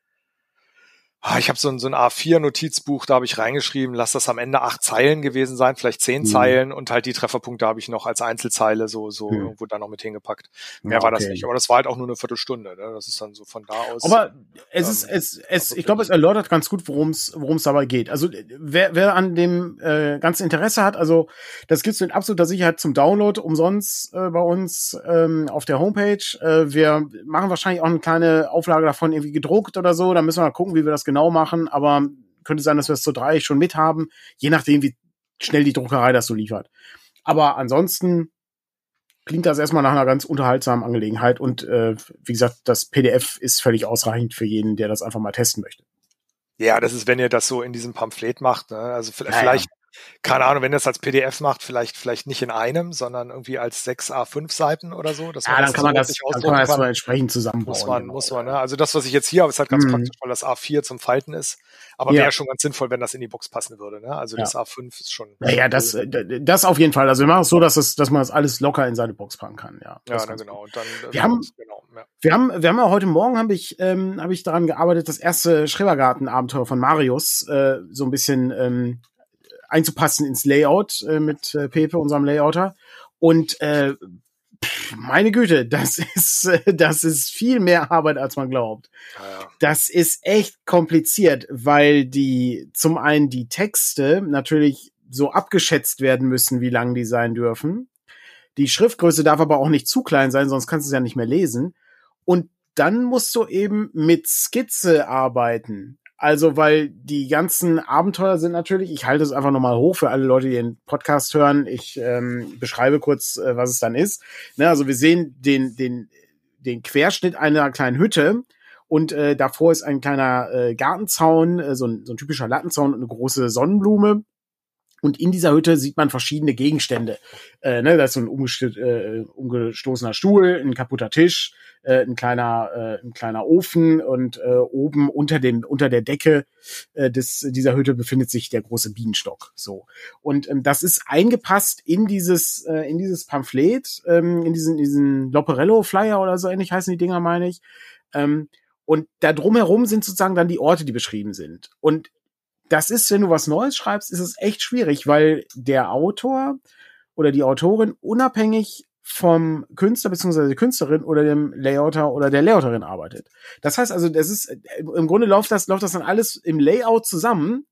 ich habe so ein, so ein A vier Notizbuch, da habe ich reingeschrieben, lass das am Ende acht Zeilen gewesen sein, vielleicht zehn mhm. Zeilen und halt die Trefferpunkte habe ich noch als Einzelzeile so so mhm. irgendwo da noch mit hingepackt. Mehr ja, war okay. das nicht, aber das war halt auch nur eine Viertelstunde, ne? Das ist dann so von da aus. Aber es ähm, ist es es also ich glaube, es erläutert ganz gut, worum es worum es dabei geht. Also wer wer an dem äh, ganzen Interesse hat, also das gibt's mit absoluter Sicherheit zum Download umsonst äh, bei uns ähm, auf der Homepage. Äh, wir machen wahrscheinlich auch eine kleine Auflage davon irgendwie gedruckt oder so, da müssen wir mal gucken, wie wir das genau machen, aber könnte sein, dass wir es zu drei schon mit haben, je nachdem, wie schnell die Druckerei das so liefert. Aber ansonsten klingt das erstmal nach einer ganz unterhaltsamen Angelegenheit und äh, wie gesagt, das P D F ist völlig ausreichend für jeden, der das einfach mal testen möchte. Ja, das ist, wenn ihr das so in diesem Pamphlet macht, ne? Also vielleicht, ja, ja. keine Ahnung, wenn ihr das als P D F macht, vielleicht vielleicht nicht in einem, sondern irgendwie als sechs A fünf Seiten oder so. Dass ja, man dann, das kann man das, dann kann man das mal entsprechend zusammenbauen. Muss man, genau. muss man, ne? Also das, was ich jetzt hier habe, ist halt ganz mhm. praktisch, weil das A vier zum Falten ist. Aber ja. wäre schon ganz sinnvoll, wenn das in die Box passen würde, ne? Also ja. das A fünf ist schon. Ja, ja, das, das auf jeden Fall. Also wir machen es so, dass es, dass man das alles locker in seine Box packen kann, ja. Ja, na, genau. Und dann, wir haben, genau, ja. wir haben, wir haben ja heute Morgen habe ich, ähm, habe ich daran gearbeitet, das erste Schrebergarten-Abenteuer von Marius äh, so ein bisschen ähm, einzupassen ins Layout äh, mit äh, Pepe, unserem Layouter. Und äh, pff, meine Güte, das ist äh, das ist viel mehr Arbeit, als man glaubt. Ja, ja. Das ist echt kompliziert, weil die zum einen die Texte natürlich so abgeschätzt werden müssen, wie lang die sein dürfen. Die Schriftgröße darf aber auch nicht zu klein sein, sonst kannst du es ja nicht mehr lesen. Und dann musst du eben mit Skizze arbeiten. Also, weil die ganzen Abenteuer sind natürlich, ich halte es einfach nochmal hoch für alle Leute, die den Podcast hören. Ich ähm, beschreibe kurz, äh, was es dann ist. Ne, also wir sehen den, den, den Querschnitt einer kleinen Hütte und äh, davor ist ein kleiner äh, Gartenzaun, äh, so, ein, so ein typischer Lattenzaun und eine große Sonnenblume. Und in dieser Hütte sieht man verschiedene Gegenstände. Äh, ne, da ist so ein umgesto- äh, umgestoßener Stuhl, ein kaputter Tisch, äh, ein kleiner, äh, ein kleiner Ofen und äh, oben unter dem unter der Decke äh, des dieser Hütte befindet sich der große Bienenstock. So, und ähm, das ist eingepasst in dieses äh, in dieses Pamphlet, ähm, in diesen diesen Loperello Flyer oder so ähnlich heißen die Dinger, meine ich. Ähm, und da drumherum sind sozusagen dann die Orte, die beschrieben sind. Und das ist, wenn du was Neues schreibst, ist es echt schwierig, weil der Autor oder die Autorin unabhängig vom Künstler bzw. der Künstlerin oder dem Layouter oder der Layouterin arbeitet. Das heißt also, das ist im Grunde läuft das läuft das dann alles im Layout zusammen,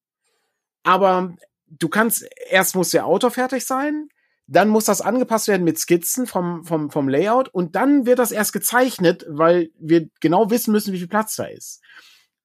aber du kannst erst muss der Autor fertig sein, dann muss das angepasst werden mit Skizzen vom vom vom Layout und dann wird das erst gezeichnet, weil wir genau wissen müssen, wie viel Platz da ist.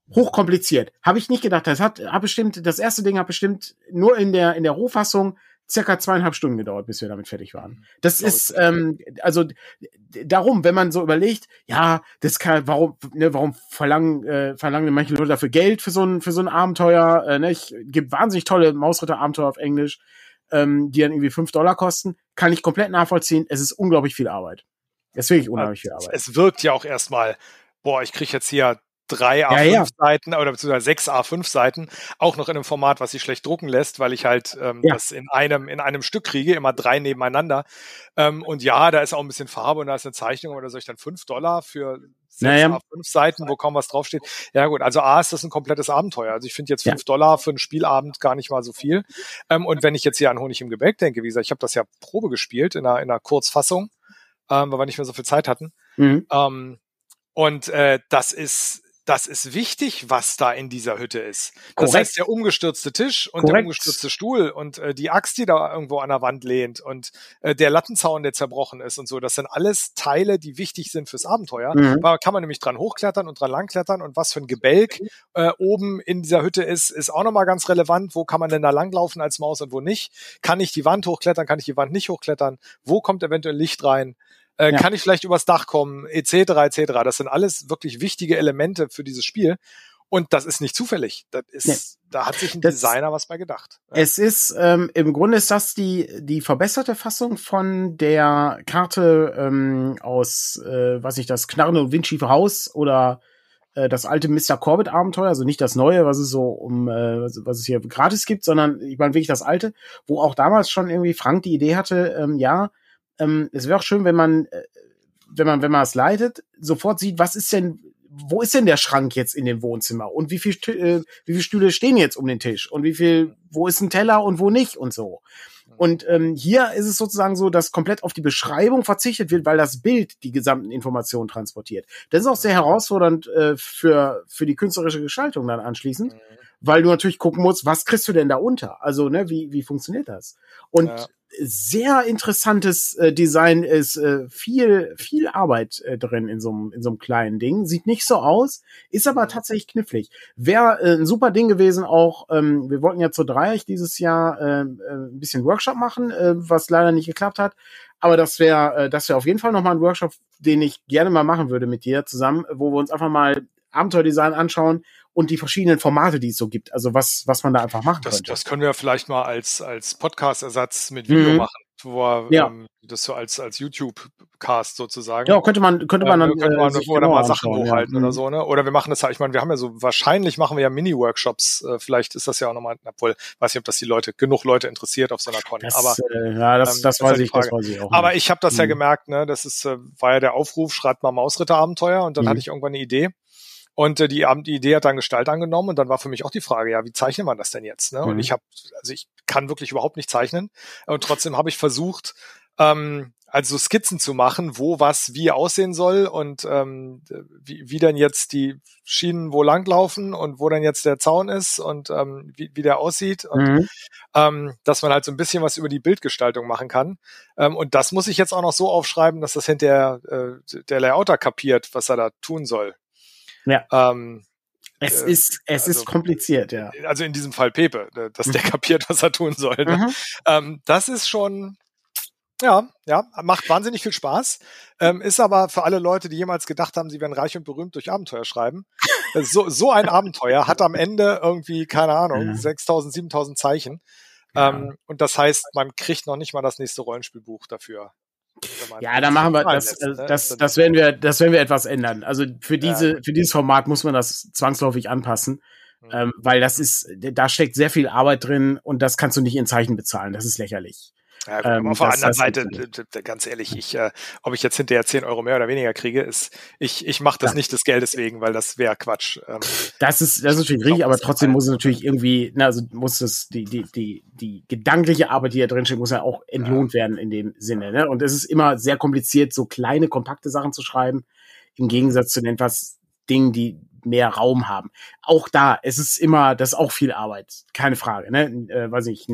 hochkompliziert. Habe ich nicht gedacht. Das hat, hat bestimmt, das erste Ding hat bestimmt nur in der, in der Rohfassung circa zweieinhalb Stunden gedauert, bis wir damit fertig waren. Das ist, ähm, also darum, wenn man so überlegt, ja, das kann, warum, ne, warum verlangen, äh, verlangen manche Leute dafür Geld für so ein, für so ein Abenteuer, äh, ne, ich gibt wahnsinnig tolle Mausritter-Abenteuer auf Englisch, ähm, die dann irgendwie fünf Dollar kosten, kann ich komplett nachvollziehen. Es ist unglaublich viel Arbeit. Es ist wirklich unheimlich viel Arbeit. Es wirkt ja auch erstmal, boah, ich kriege jetzt hier drei A fünf ja, ja. Seiten oder beziehungsweise sechs A fünf Seiten, auch noch in einem Format, was sich schlecht drucken lässt, weil ich halt ähm, ja. das in einem in einem Stück kriege, immer drei nebeneinander. Ähm, und ja, da ist auch ein bisschen Farbe und da ist eine Zeichnung, aber da soll ich dann fünf Dollar für sechs naja. A fünf Seiten, wo kaum was draufsteht. Ja gut, also A ist das ein komplettes Abenteuer. Also ich finde jetzt fünf ja. Dollar für einen Spielabend gar nicht mal so viel. Ähm, und wenn ich jetzt hier an Honig im Gebäck denke, wie gesagt, ich habe das ja Probe gespielt in einer, in einer Kurzfassung, ähm, weil wir nicht mehr so viel Zeit hatten. Mhm. Ähm, und äh, das ist Das ist wichtig, was da in dieser Hütte ist. Das Korrekt. heißt, der umgestürzte Tisch und Korrekt. der umgestürzte Stuhl und äh, die Axt, die da irgendwo an der Wand lehnt und äh, der Lattenzaun, der zerbrochen ist und so, das sind alles Teile, die wichtig sind fürs Abenteuer. Mhm. Da kann man nämlich dran hochklettern und dran langklettern und was für ein Gebälk äh, oben in dieser Hütte ist, ist auch nochmal ganz relevant. Wo kann man denn da langlaufen als Maus und wo nicht? Kann ich die Wand hochklettern? Kann ich die Wand nicht hochklettern? Wo kommt eventuell Licht rein? Äh, ja. Kann ich vielleicht übers Dach kommen, et cetera, et cetera. Das sind alles wirklich wichtige Elemente für dieses Spiel. Und das ist nicht zufällig. Das ist, nee. Da hat sich ein das, Designer was bei gedacht. Ja. Es ist, ähm, im Grunde ist das die, die verbesserte Fassung von der Karte ähm, aus, äh, weiß ich, das Knarrende und Windschiefe Haus oder äh, das alte Mister Corbett Abenteuer, also nicht das neue, was es so um, äh, was, was es hier gratis gibt, sondern ich meine wirklich das alte, wo auch damals schon irgendwie Frank die Idee hatte, ähm, ja, Ähm, es wäre auch schön, wenn man, äh, wenn man, wenn man es leitet, sofort sieht, was ist denn, wo ist denn der Schrank jetzt in dem Wohnzimmer und wie viel, äh, wie viele Stühle stehen jetzt um den Tisch und wie viel, wo ist ein Teller und wo nicht und so. Und ähm, hier ist es sozusagen so, dass komplett auf die Beschreibung verzichtet wird, weil das Bild die gesamten Informationen transportiert. Das ist auch sehr herausfordernd äh, für für die künstlerische Gestaltung dann anschließend, weil du natürlich gucken musst, was kriegst du denn da unter? Also ne, wie wie funktioniert das? Und ja. sehr interessantes äh, Design ist äh, viel viel Arbeit äh, drin in so einem in so einem kleinen Ding. Sieht nicht so aus, ist aber tatsächlich knifflig. Wäre äh, ein super Ding gewesen auch. Ähm, wir wollten ja zur Dreieich dieses Jahr äh, äh, ein bisschen Workshop machen, äh, was leider nicht geklappt hat. Aber das wäre äh, das wäre auf jeden Fall noch mal ein Workshop, den ich gerne mal machen würde mit dir zusammen, wo wir uns einfach mal Abenteuerdesign anschauen und die verschiedenen Formate, die es so gibt. Also was was man da einfach machen das, könnte. Das können wir vielleicht mal als als Podcast-Ersatz mit Video mhm. machen, wo wir ja. ähm, das so als als YouTube-Cast sozusagen. Ja, könnte man könnte man dann äh, könnte man äh, oder mal Sachen hochhalten ja. oder so, ne? Oder wir machen das halt, ich meine, wir haben ja so, wahrscheinlich machen wir ja Mini-Workshops, äh, vielleicht ist das ja auch nochmal, obwohl, weiß nicht, ob das die Leute, genug Leute interessiert auf so einer Con. Das, aber äh, ja, das, ähm, das, das weiß ich, das weiß ich auch. Aber nicht. ich habe das mhm. ja gemerkt, ne? Das ist, äh, war ja der Aufruf, schreibt mal Mausritter-Abenteuer und dann mhm. hatte ich irgendwann eine Idee. Und äh, die, die Idee hat dann Gestalt angenommen und dann war für mich auch die Frage, ja, wie zeichnet man das denn jetzt? Ne? Mhm. Und ich habe, also ich kann wirklich überhaupt nicht zeichnen und trotzdem habe ich versucht, ähm, also Skizzen zu machen, wo was wie aussehen soll und ähm, wie, wie denn jetzt die Schienen wo langlaufen und wo dann jetzt der Zaun ist und ähm, wie, wie der aussieht und mhm. ähm, dass man halt so ein bisschen was über die Bildgestaltung machen kann. Ähm, und das muss ich jetzt auch noch so aufschreiben, dass das hinterher äh, der Layouter kapiert, was er da tun soll. Ja. Ähm, es äh, ist es also, ist kompliziert, ja. Also in diesem Fall Pepe, dass der kapiert, was er tun soll. Ne? Mhm. Ähm, das ist schon, ja, ja, macht wahnsinnig viel Spaß. Ähm, ist aber für alle Leute, die jemals gedacht haben, sie werden reich und berühmt durch Abenteuer schreiben. So, so ein Abenteuer hat am Ende irgendwie, keine Ahnung, ja. sechstausend, siebentausend Zeichen. Ja. Ähm, und das heißt, man kriegt noch nicht mal das nächste Rollenspielbuch dafür. Ja, dann machen wir das, lässt, ne? das, das werden wir, das werden wir etwas ändern. Also für diese, ja. für dieses Format muss man das zwangsläufig anpassen, mhm. ähm, weil das ist, da steckt sehr viel Arbeit drin und das kannst du nicht in Zeichen bezahlen. Das ist lächerlich. Ja, gut, ähm, auf der anderen Seite, ganz ehrlich, ich, äh, ob ich jetzt hinterher zehn Euro mehr oder weniger kriege, ist, ich, ich mache das ja. nicht des Geldes wegen, weil das wäre Quatsch. Ähm, das ist, das ist natürlich richtig, aber trotzdem muss es natürlich irgendwie, na, also muss es, die, die, die, die gedankliche Arbeit, die da drin steht, muss ja auch entlohnt ja. werden in dem Sinne, ne? Und es ist immer sehr kompliziert, so kleine, kompakte Sachen zu schreiben, im Gegensatz zu den etwas Dingen, die mehr Raum haben. Auch da, es ist immer, das ist auch viel Arbeit, keine Frage, ne? Äh, weiß ich, ein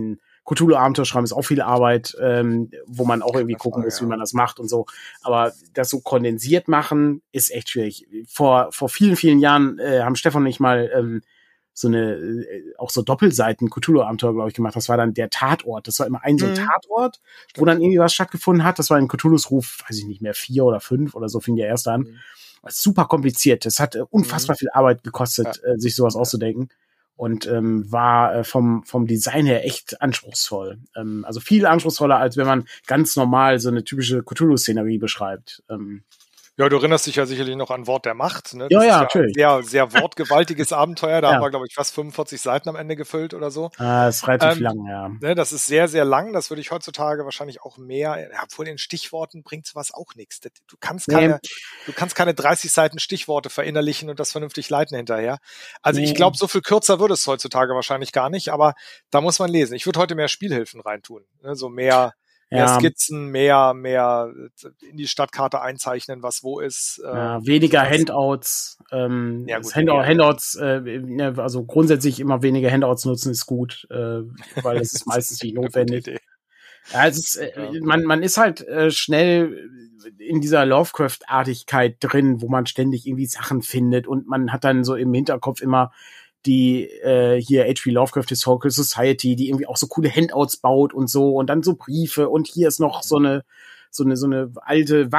Cthulhu-Abenteuer schreiben ist auch viel Arbeit, ähm, wo man auch irgendwie gucken muss, wie man das macht und so. Aber das so kondensiert machen, ist echt schwierig. Vor, vor vielen, vielen Jahren äh, haben Stefan und ich mal ähm, so eine, äh, auch so Doppelseiten Cthulhu-Abenteuer, glaube ich, gemacht. Das war dann der Tatort. Das war immer ein so ein mhm. Tatort, wo dann irgendwie was stattgefunden hat. Das war in Cthulhus Ruf, weiß ich nicht mehr, vier oder fünf oder so fing der erste an. Mhm. Super kompliziert. Das hat äh, unfassbar mhm. viel Arbeit gekostet, ja. äh, sich sowas ja. auszudenken. Und ähm, war äh, vom vom Design her echt anspruchsvoll. Ähm, also viel anspruchsvoller, als wenn man ganz normal so eine typische Cthulhu-Szenerie beschreibt. Ähm, Ja, du erinnerst dich ja sicherlich noch an Wort der Macht. Ne? Das ja, ja, ist ja natürlich. Ein sehr, sehr wortgewaltiges Abenteuer. Da ja. haben wir, glaube ich, fast fünfundvierzig Seiten am Ende gefüllt oder so. Ah, das ist relativ ähm, lang, ja. Ne, das ist sehr, sehr lang. Das würde ich heutzutage wahrscheinlich auch mehr, ja, obwohl in Stichworten bringt sowas auch nichts. Du kannst keine, nee. du kannst keine dreißig Seiten Stichworte verinnerlichen und das vernünftig leiten hinterher. Also nee. ich glaube, so viel kürzer würde es heutzutage wahrscheinlich gar nicht, aber da muss man lesen. Ich würde heute mehr Spielhilfen reintun. Ne? So mehr, Mehr ja. Skizzen, mehr, mehr in die Stadtkarte einzeichnen, was wo ist. Äh, ja, weniger sowas. Handouts. Ähm, ja, gut, Handout, Handouts, äh, also grundsätzlich immer weniger Handouts nutzen ist gut, äh, weil das ist meistens nicht notwendig. Ja, es ist, äh, ja. man, man ist halt äh, schnell in dieser Lovecraft-Artigkeit drin, wo man ständig irgendwie Sachen findet und man hat dann so im Hinterkopf immer die äh, hier H P Lovecraft Historical Society, die irgendwie auch so coole Handouts baut und so und dann so Briefe und hier ist noch so eine so eine so eine alte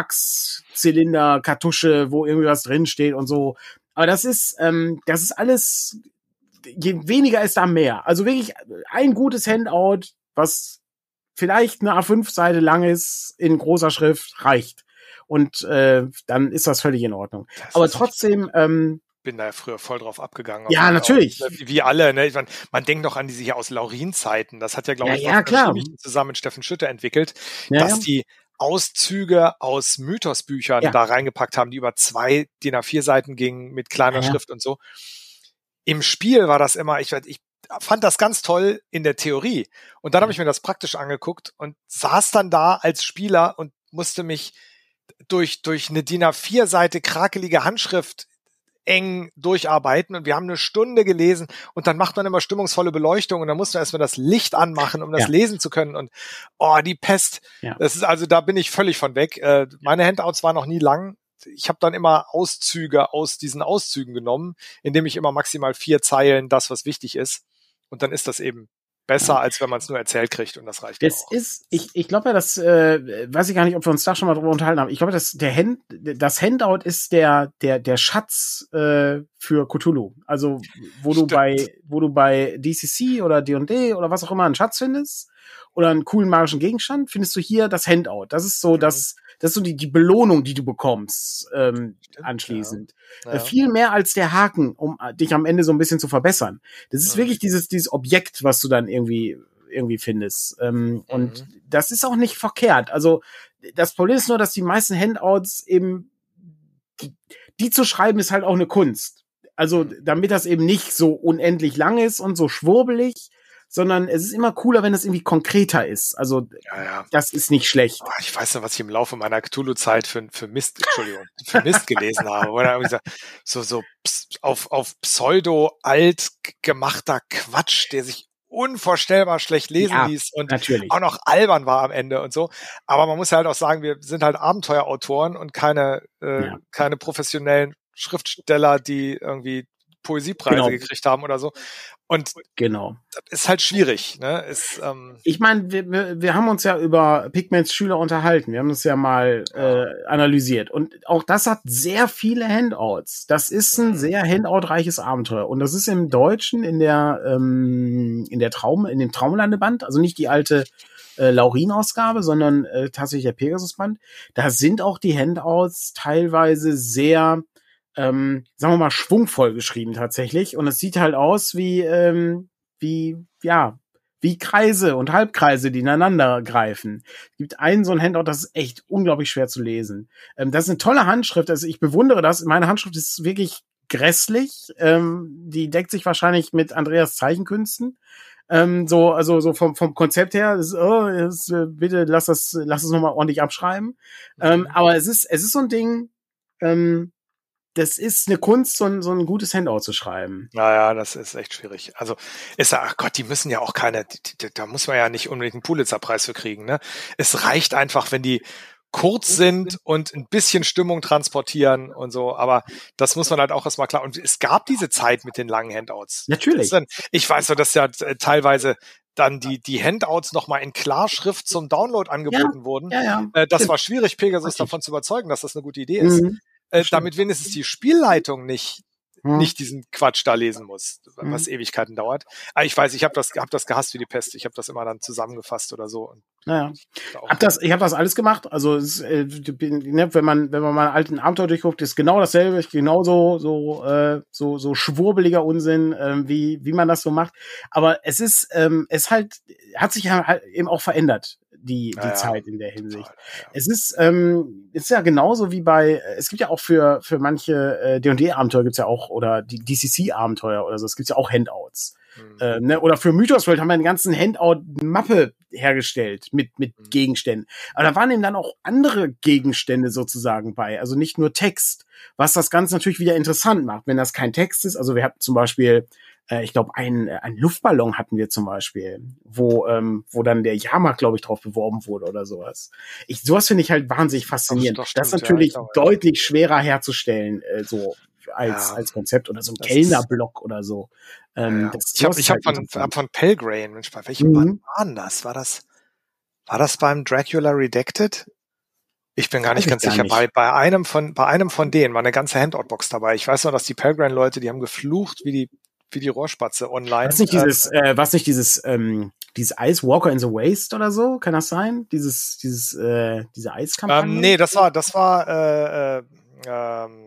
Wachszylinder-Kartusche, wo irgendwie was drin steht und so. Aber das ist ähm, das ist alles, je weniger ist da mehr. Also wirklich ein gutes Handout, was vielleicht eine A fünf Seite lang ist, in großer Schrift, reicht. Und äh, dann ist das völlig in Ordnung. Das Aber trotzdem ähm, bin da ja früher voll drauf abgegangen. Ja, natürlich. Auch, wie alle, ne? Ich mein, man denkt doch an diese hier aus Laurin-Zeiten. Das hat ja, glaube ja, ich, ja, klar. zusammen mit Steffen Schütte entwickelt, ja, dass ja. die Auszüge aus Mythosbüchern ja. da reingepackt haben, die über zwei D I N A vier Seiten gingen mit kleiner ja. Schrift und so. Im Spiel war das immer, ich, ich fand das ganz toll in der Theorie. Und dann habe ich mir das praktisch angeguckt und saß dann da als Spieler und musste mich durch, durch eine D I N A vier Seite krakelige Handschrift eng durcharbeiten und wir haben eine Stunde gelesen und dann macht man immer stimmungsvolle Beleuchtung und dann muss man erstmal das Licht anmachen, um das ja. lesen zu können und oh, die Pest. Ja. Das ist also, da bin ich völlig von weg. Äh, meine Handouts waren noch nie lang. Ich habe dann immer Auszüge aus diesen Auszügen genommen, indem ich immer maximal vier Zeilen das, was wichtig ist und dann ist das eben besser, ja. als wenn man es nur erzählt kriegt und das reicht das auch. ist, ich, ich glaube ja, das, äh, weiß ich gar nicht, ob wir uns da schon mal drüber unterhalten haben. Ich glaube, das, der Hand, das Handout ist der, der, der Schatz äh, für Cthulhu. Also, wo Stimmt. du bei, wo du bei D C C oder D und D oder was auch immer einen Schatz findest oder einen coolen magischen Gegenstand, findest du hier das Handout. Das ist so, mhm. das, das ist so die, die Belohnung, die du bekommst, ähm, Stimmt, anschließend. Ja. Ja. Äh, viel mehr als der Haken, um dich am Ende so ein bisschen zu verbessern. Das ist mhm. wirklich dieses, dieses Objekt, was du dann irgendwie, irgendwie findest. Ähm, mhm. Und das ist auch nicht verkehrt. Also, das Problem ist nur, dass die meisten Handouts eben, die, die zu schreiben ist halt auch eine Kunst. Also, damit das eben nicht so unendlich lang ist und so schwurbelig, sondern es ist immer cooler, wenn es irgendwie konkreter ist. Also, ja, ja. das ist nicht schlecht. Oh, ich weiß noch, was ich im Laufe meiner Cthulhu-Zeit für, für Mist, Entschuldigung, für Mist gelesen habe. Oder irgendwie so, so auf, auf pseudo-alt gemachter Quatsch, der sich unvorstellbar schlecht lesen ja, ließ und natürlich. auch noch albern war am Ende und so. Aber man muss halt auch sagen, wir sind halt Abenteuerautoren und keine, äh, ja. keine professionellen Schriftsteller, die irgendwie Poesiepreise genau. gekriegt haben oder so. Und genau. das ist halt schwierig. Ne? Ist, ähm ich meine, wir, wir, wir haben uns ja über Pigments Schüler unterhalten. Wir haben das ja mal ja. Äh, analysiert. Und auch das hat sehr viele Handouts. Das ist ein sehr handoutreiches Abenteuer. Und das ist im Deutschen in der ähm, in der Traum, in dem Traumlandeband, also nicht die alte äh, Laurin-Ausgabe, sondern äh, tatsächlich der Pegasus-Band. Da sind auch die Handouts teilweise sehr Ähm, sagen wir mal, schwungvoll geschrieben tatsächlich. Und es sieht halt aus wie, ähm, wie, ja, wie Kreise und Halbkreise, die ineinander greifen. Es gibt einen so ein Handout, das ist echt unglaublich schwer zu lesen. Ähm, das ist eine tolle Handschrift. Also ich bewundere das. Meine Handschrift ist wirklich grässlich. Ähm, die deckt sich wahrscheinlich mit Andreas Zeichenkünsten. Ähm, so, also so vom vom Konzept her, ist, oh, ist, bitte lass das, lass es nochmal ordentlich abschreiben. Mhm. Ähm, aber es ist, es ist so ein Ding. Ähm, das ist eine Kunst, so ein, so ein gutes Handout zu schreiben. Naja, das ist echt schwierig. Also ist ja, ach Gott, die müssen ja auch keine, die, die, da muss man ja nicht unbedingt einen Pulitzer-Preis für kriegen, ne? Es reicht einfach, wenn die kurz sind und ein bisschen Stimmung transportieren und so, aber das muss man halt auch erstmal klar. Und es gab diese Zeit mit den langen Handouts. Natürlich. Dann, ich weiß so, dass ja teilweise dann die die Handouts nochmal in Klarschrift zum Download angeboten ja, wurden. Ja, ja. Äh, das war schwierig, Pegasus davon zu überzeugen, dass das eine gute Idee ist. Mhm. Äh, damit wenigstens die Spielleitung nicht Mhm. nicht diesen Quatsch da lesen muss, was mhm. Ewigkeiten dauert. Aber ich weiß, ich habe das hab das gehasst wie die Pest. Ich habe das immer dann zusammengefasst oder so. Und naja. Hab das, ich habe das alles gemacht. Also es, äh, wenn man wenn man mal einen alten Abenteuer durchguckt, ist genau dasselbe. Genauso so äh, so so schwurbeliger Unsinn, äh, wie wie man das so macht. Aber es ist ähm, es halt hat sich halt eben auch verändert. Die, die ja, Zeit in der Hinsicht. Total, ja. Es ist, ähm, ist ja genauso wie bei, es gibt ja auch für, für manche äh, D und D-Abenteuer gibt's ja auch, oder die D C C-Abenteuer oder so, es gibt ja auch Handouts. Mhm. Ähm, ne? Oder für Mythos World haben wir einen ganzen Handout-Mappe hergestellt mit, mit mhm. Gegenständen. Aber da waren eben dann auch andere Gegenstände sozusagen bei, also nicht nur Text, was das Ganze natürlich wieder interessant macht, wenn das kein Text ist. Also wir hatten zum Beispiel ich glaube, ein, ein Luftballon hatten wir zum Beispiel, wo ähm, wo dann der Jahrmarkt, glaube ich, drauf beworben wurde oder sowas. Ich, sowas finde ich halt wahnsinnig faszinierend. Das, das, das ist natürlich ja, glaube, deutlich ja. schwerer herzustellen, äh, so als ja. als Konzept oder so ein Kellnerblock oder so. Ähm, ja. das, ich habe ich halt hab von, hab von Pelgrane, Mensch, bei welchem mhm. war denn das? War das war das beim Dracula Redacted? Ich bin gar nicht ganz sicher. Nicht. Bei, bei einem von bei einem von denen war eine ganze Handout-Box dabei. Ich weiß noch, dass die Pelgrane-Leute, die haben geflucht wie die wie die Rohrspatze online. Was nicht dieses, äh, was nicht dieses, ähm, dieses Ice Walker in the Waste oder so? Kann das sein? Dieses, dieses, äh, diese Eiskampagne? Ähm, nee, das war, das war, äh, äh, ähm,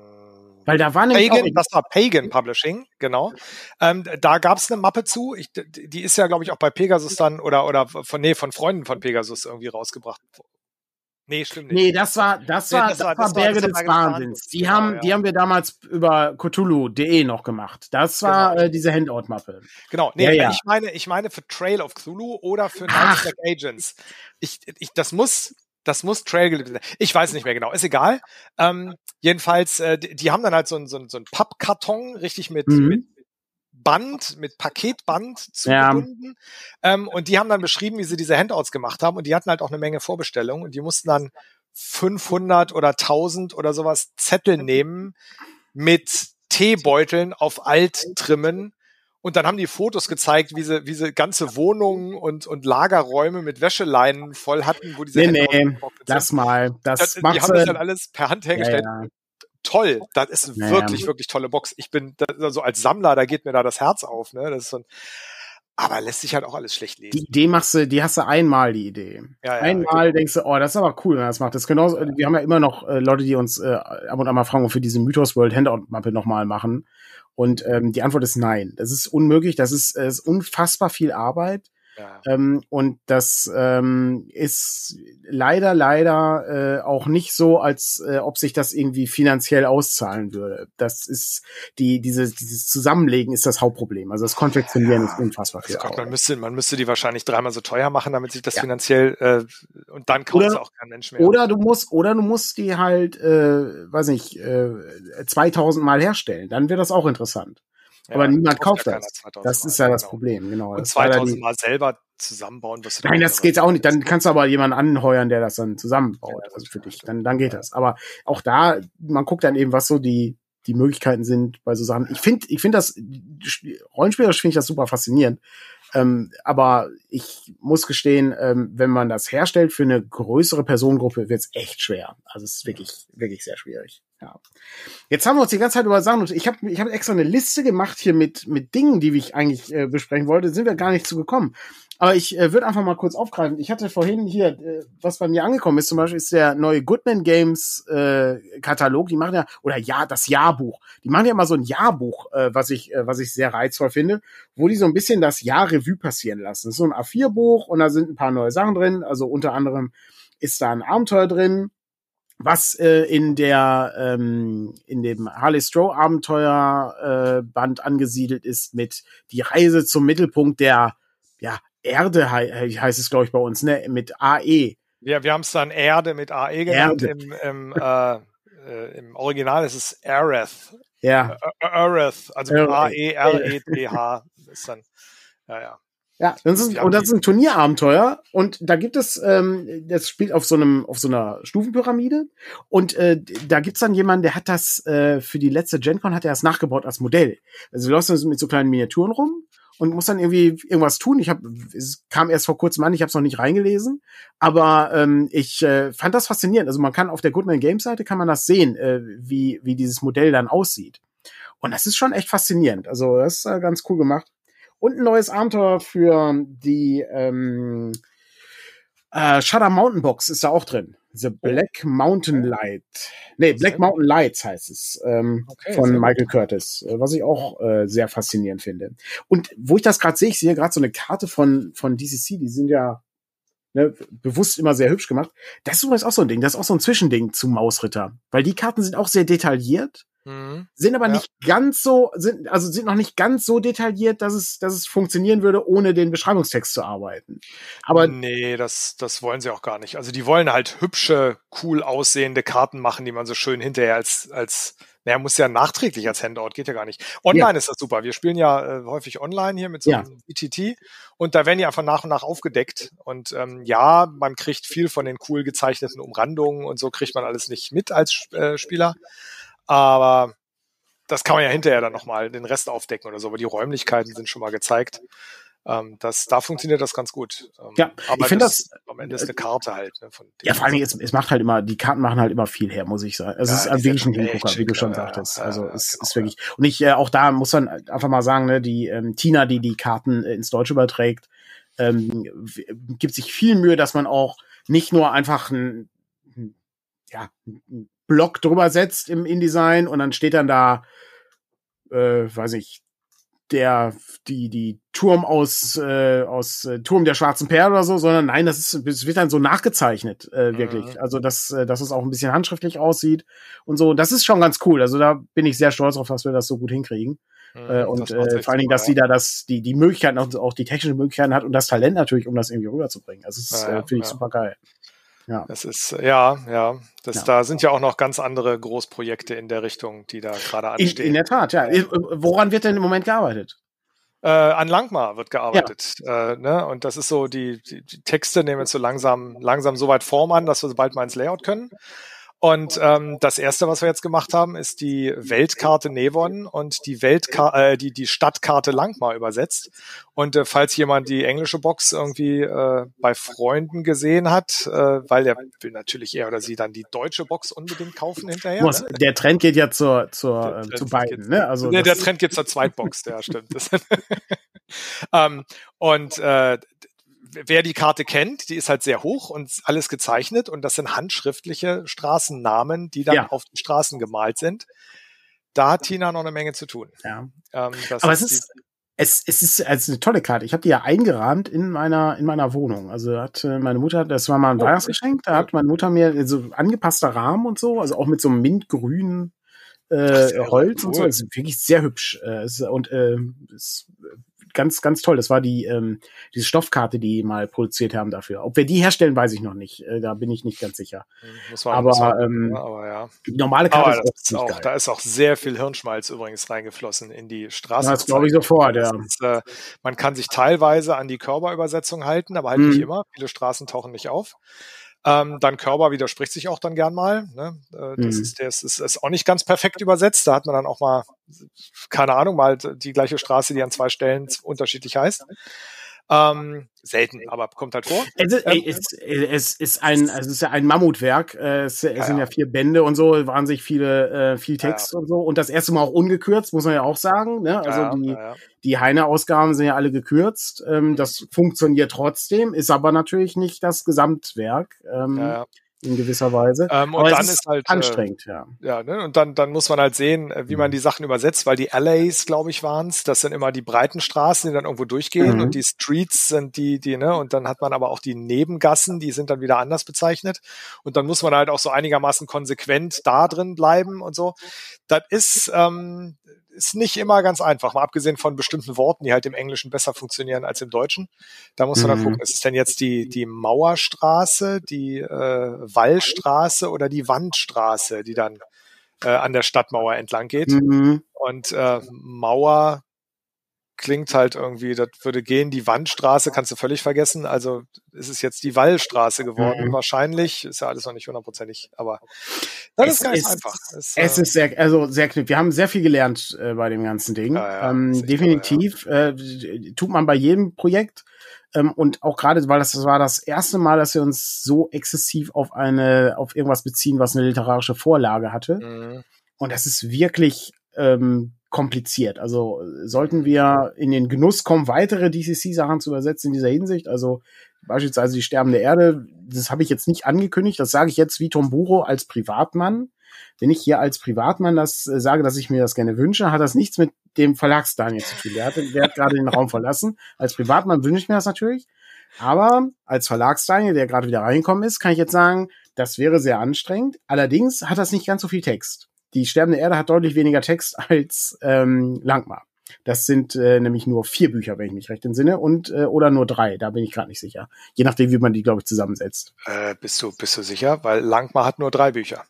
weil da war nämlich Pagan, auch das war Pagan Publishing, genau. Ähm, da gab es eine Mappe zu. Ich, die ist ja, glaube ich, auch bei Pegasus dann oder oder von nee von Freunden von Pegasus irgendwie rausgebracht. Nee, stimmt nicht. Nee, das war, das war, nee, das, das war, das war Berge war, das des Wahnsinns. Die genau, haben, ja. die haben wir damals über Cthulhu punkt de noch gemacht. Das war genau. äh, diese Handout-Mappe. Genau. Nee, ja, ja. ich meine, ich meine für Trail of Cthulhu oder für Knights Black Agents. Ich, ich, das muss, das muss Trail, ich weiß nicht mehr genau, ist egal. Ähm, jedenfalls, äh, die, die haben dann halt so ein, so ein, so ein Pappkarton, richtig mit, mhm. mit Band, mit Paketband zugebunden. Ja. Ähm, und die haben dann beschrieben, wie sie diese Handouts gemacht haben. Und die hatten halt auch eine Menge Vorbestellungen. Und die mussten dann fünfhundert oder tausend oder sowas Zettel nehmen mit Teebeuteln auf alt trimmen. Und dann haben die Fotos gezeigt, wie sie, wie sie ganze Wohnungen und, und Lagerräume mit Wäscheleinen voll hatten, wo diese nee, Handouts nee, lass mal. Das das, die haben das dann alles per Hand hergestellt. Ja, ja. Toll, das ist naja. wirklich, wirklich tolle Box. Ich bin da, so also als Sammler, da geht mir da das Herz auf, ne? Das ist so ein, aber lässt sich halt auch alles schlecht lesen. Die Idee machst du, die hast du einmal, die Idee. Ja, ja, einmal genau. Denkst du, oh, das ist aber cool, wenn er das macht. Das ist genauso, wir haben ja immer noch äh, Leute, die uns äh, ab und an mal fragen, ob wir diese Mythos World Handout-Mappe nochmal machen. Und ähm, die Antwort ist nein. Das ist unmöglich, das ist, äh, ist unfassbar viel Arbeit. Ja. Ähm, und das ähm, ist leider, leider äh, auch nicht so, als äh, ob sich das irgendwie finanziell auszahlen würde. Das ist die, diese, dieses Zusammenlegen ist das Hauptproblem. Also das Konfektionieren ja, ist unfassbar viel. Also Gott, man müsste, man müsste die wahrscheinlich dreimal so teuer machen, damit sich das ja. finanziell äh, und dann kauft es auch kein Mensch mehr. Oder du musst, oder du musst die halt, äh, weiß nicht, äh, zweitausend Mal herstellen. Dann wird das auch interessant. Aber ja, niemand kauft das. Das ist ja das genau. Problem, genau. Und zweitausend Mal selber zusammenbauen, was du Nein, das geht auch nicht. Dann kannst du aber jemanden anheuern, der das dann zusammenbaut, ja, also für dich. Dann, dann geht das. Aber auch da, man guckt dann eben, was so die, die Möglichkeiten sind bei so Sachen. Ich finde, ich finde das, rollenspielerisch finde ich das super faszinierend. Ähm, aber ich muss gestehen, ähm, wenn man das herstellt für eine größere Personengruppe, wird es echt schwer. Also es ist wirklich, wirklich sehr schwierig. Ja. Jetzt haben wir uns die ganze Zeit über Sachen und ich habe ich hab extra eine Liste gemacht hier mit mit Dingen, die ich eigentlich äh, besprechen wollte. Sind wir gar nicht zu gekommen. Aber ich äh, würde einfach mal kurz aufgreifen. Ich hatte vorhin hier, äh, was bei mir angekommen ist, zum Beispiel ist der neue Goodman Games äh, Katalog. Die machen ja, oder ja, das Jahrbuch. Die machen ja immer so ein Jahrbuch, äh, was ich äh, was ich sehr reizvoll finde, wo die so ein bisschen das Jahr Revue passieren lassen. Das ist so ein A vier Buch und da sind ein paar neue Sachen drin. Also unter anderem ist da ein Abenteuer drin, was äh, in der ähm, in dem Harley Stroh Abenteuer äh, Band angesiedelt ist mit die Reise zum Mittelpunkt der ja Erde he- heißt es glaube ich bei uns, ne, mit A E. Ja, wir haben es dann Erde mit A E genannt im, im äh, äh, im Original ist es Aerith. Ja. Aerith, also A E R E T H. Das ist dann, ja, ja. Ja, das ist, und das ist ein Turnierabenteuer und da gibt es, ähm, das spielt auf so einem, auf so einer Stufenpyramide und äh, da gibt's dann jemanden, der hat das äh, für die letzte GenCon hat er das nachgebaut als Modell. Also du läufst mit so kleinen Miniaturen rum und musst dann irgendwie irgendwas tun. Ich habe, es kam erst vor kurzem an, ich habe es noch nicht reingelesen, aber ähm, ich äh, fand das faszinierend. Also man kann auf der Goodman Games Seite kann man das sehen, äh, wie wie dieses Modell dann aussieht. Und das ist schon echt faszinierend. Also das ist äh, ganz cool gemacht. Und ein neues Abenteuer für die ähm, äh, Shudder Mountain Box ist da auch drin. The Black Mountain Light. Nee, Black Mountain Lights heißt es. Ähm, okay, von Michael Curtis. Äh, was ich auch äh, sehr faszinierend finde. Und wo ich das gerade sehe, ich sehe gerade so eine Karte von, von D C C, die sind ja ne, bewusst immer sehr hübsch gemacht. Das ist übrigens auch so ein Ding. Das ist auch so ein Zwischending zu Mausritter. Weil die Karten sind auch sehr detailliert. Mhm. Sind aber ja. nicht ganz so, sind, also sind noch nicht ganz so detailliert, dass es, dass es funktionieren würde, ohne den Beschreibungstext zu arbeiten. Aber nee, das, das wollen sie auch gar nicht. Also die wollen halt hübsche, cool aussehende Karten machen, die man so schön hinterher als, als, naja, muss ja nachträglich als Handout, geht ja gar nicht. Online ja. ist das super. Wir spielen ja äh, häufig online hier mit so einem ja. B T T und da werden die einfach nach und nach aufgedeckt. Und ähm, ja, man kriegt viel von den cool gezeichneten Umrandungen und so kriegt man alles nicht mit als äh, Spieler. Aber das kann man ja hinterher dann nochmal den Rest aufdecken oder so. Aber die Räumlichkeiten sind schon mal gezeigt. Ähm, das, da funktioniert das ganz gut. Ähm, ja, aber ich finde das, das am Ende ist eine Karte halt. Ne, von ja, vor allem, es, es macht halt immer, die Karten machen halt immer viel her, muss ich sagen. Also ja, es ist wirklich ein Hingucker, wie du schon ja, sagtest. Ja, also ja, es genau, ist wirklich, ja. und ich, äh, auch da muss man einfach mal sagen, ne, die ähm, Tina, die die Karten äh, ins Deutsche überträgt, ähm, gibt sich viel Mühe, dass man auch nicht nur einfach ein, ja, ein Block drüber setzt im InDesign und dann steht dann da, äh, weiß ich, der, die, die Turm aus, äh, aus äh, Turm der Schwarzen Perle oder so, sondern nein, das ist, das wird dann so nachgezeichnet, äh, wirklich. Mhm. Also, dass, äh, dass es auch ein bisschen handschriftlich aussieht und so. Das ist schon ganz cool. Also, da bin ich sehr stolz drauf, dass wir das so gut hinkriegen. Mhm, äh, und äh, vor allen Dingen, dass sie da das, die, die Möglichkeiten, auch, auch die technischen Möglichkeiten hat und das Talent natürlich, um das irgendwie rüberzubringen. Also, das ja, äh, finde ich ja. super geil. Ja. Das ist, ja, ja. Das, ja. Da sind ja auch noch ganz andere Großprojekte in der Richtung, die da gerade anstehen. In, in der Tat, ja. Woran wird denn im Moment gearbeitet? Äh, an Langmar wird gearbeitet. Ja. Äh, ne? Und das ist so, die, die, die Texte nehmen jetzt so langsam, langsam so weit Form an, dass wir bald mal ins Layout können. Und ähm, das erste, was wir jetzt gemacht haben, ist die Weltkarte Nevon und die Weltka- äh, die die Stadtkarte Langmar übersetzt. Und äh, falls jemand die englische Box irgendwie äh, bei Freunden gesehen hat, äh, weil er will natürlich er oder sie dann die deutsche Box unbedingt kaufen hinterher. Muss, ne? Der Trend geht ja zur zur äh, zu beiden, geht, ne? Also der, der Trend geht zur Zweitbox, ja stimmt. ähm, und äh, wer die Karte kennt, die ist halt sehr hoch und alles gezeichnet und das sind handschriftliche Straßennamen, die dann ja. auf den Straßen gemalt sind. Da hat Tina noch eine Menge zu tun. Ja. Ähm, das Aber es ist, es, es ist also eine tolle Karte. Ich habe die ja eingerahmt in meiner in meiner Wohnung. Also hat äh, meine Mutter, das war mal ein oh, Weihnachtsgeschenk, da hat meine Mutter mir so angepasster Rahmen und so, also auch mit so einem mintgrünen äh, Ach, Holz cool. und so. Das ist wirklich sehr hübsch. Äh, es, und äh, es ganz, ganz toll. Das war die ähm, diese Stoffkarte, die mal produziert haben dafür. Ob wir die herstellen, weiß ich noch nicht. Äh, da bin ich nicht ganz sicher. Muss man, aber, muss man, ähm, ja, aber ja. Die normale Karte aber ist, auch, ist auch da ist auch sehr viel Hirnschmalz übrigens reingeflossen in die Straße. Das glaube ich sofort, ja. Ist, äh, man kann sich teilweise an die Körperübersetzung halten, aber halt mhm. nicht immer. Viele Straßen tauchen nicht auf. Ähm, dann Körper widerspricht sich auch dann gern mal. Ne? Äh, das mhm. ist, das ist, ist auch nicht ganz perfekt übersetzt. Da hat man dann auch mal, keine Ahnung, mal die gleiche Straße, die an zwei Stellen unterschiedlich heißt. Ähm, selten, aber kommt halt vor. Es ist, ähm, es, es ist ein, es ist ja ein Mammutwerk. Es, es ja, sind ja vier Bände und so, wahnsinnig viele, äh, viel Text ja. und so. Und das erste Mal auch ungekürzt, muss man ja auch sagen. Ne? Also ja, die, ja, ja. die Heine-Ausgaben sind ja alle gekürzt. Ähm, das funktioniert trotzdem, ist aber natürlich nicht das Gesamtwerk. Ähm, ja, ja. In gewisser Weise. Ähm, und aber dann es ist, ist halt anstrengend, äh, ja. Ja, ne? Und dann, dann muss man halt sehen, wie man die Sachen übersetzt, weil die Alleys, glaube ich, waren's. Das sind immer die breiten Straßen, die dann irgendwo durchgehen mhm. und die Streets sind die, die, ne? Und dann hat man aber auch die Nebengassen, die sind dann wieder anders bezeichnet. Und dann muss man halt auch so einigermaßen konsequent da drin bleiben und so. Das ist, ähm, ist nicht immer ganz einfach, mal abgesehen von bestimmten Worten, die halt im Englischen besser funktionieren als im Deutschen. Da muss man mhm. dann gucken, ist es denn jetzt die, die Mauerstraße, die äh, Wallstraße oder die Wandstraße, die dann äh, an der Stadtmauer entlang geht. Mhm. Und äh, Mauer klingt halt irgendwie, das würde gehen, die Wandstraße kannst du völlig vergessen, also ist es jetzt die Wallstraße geworden, mhm. wahrscheinlich, ist ja alles noch nicht hundertprozentig, aber das es ist ganz ist, einfach. Es, es äh, ist sehr, also sehr knapp, wir haben sehr viel gelernt äh, bei dem ganzen Ding, ja, ja, ähm, definitiv, toll, ja. äh, tut man bei jedem Projekt ähm, und auch gerade, weil das, das war das erste Mal, dass wir uns so exzessiv auf eine, auf irgendwas beziehen, was eine literarische Vorlage hatte mhm. und das ist wirklich ähm, kompliziert. Also sollten wir in den Genuss kommen, weitere D C C-Sachen zu übersetzen in dieser Hinsicht, also beispielsweise die sterbende Erde, das habe ich jetzt nicht angekündigt, das sage ich jetzt wie Tomburo als Privatmann. Wenn ich hier als Privatmann das äh, sage, dass ich mir das gerne wünsche, hat das nichts mit dem Verlags-Daniel zu tun. Der hat, der hat gerade den Raum verlassen. Als Privatmann wünsche ich mir das natürlich. Aber als Verlags-Daniel, der gerade wieder reingekommen ist, kann ich jetzt sagen, das wäre sehr anstrengend. Allerdings hat das nicht ganz so viel Text. Die sterbende Erde hat deutlich weniger Text als ähm, Langmar. Das sind äh, nämlich nur vier Bücher, wenn ich mich recht entsinne, und äh, oder nur drei, da bin ich gerade nicht sicher. Je nachdem, wie man die, glaube ich, zusammensetzt. Äh, bist du bist du sicher? Weil Langmar hat nur drei Bücher.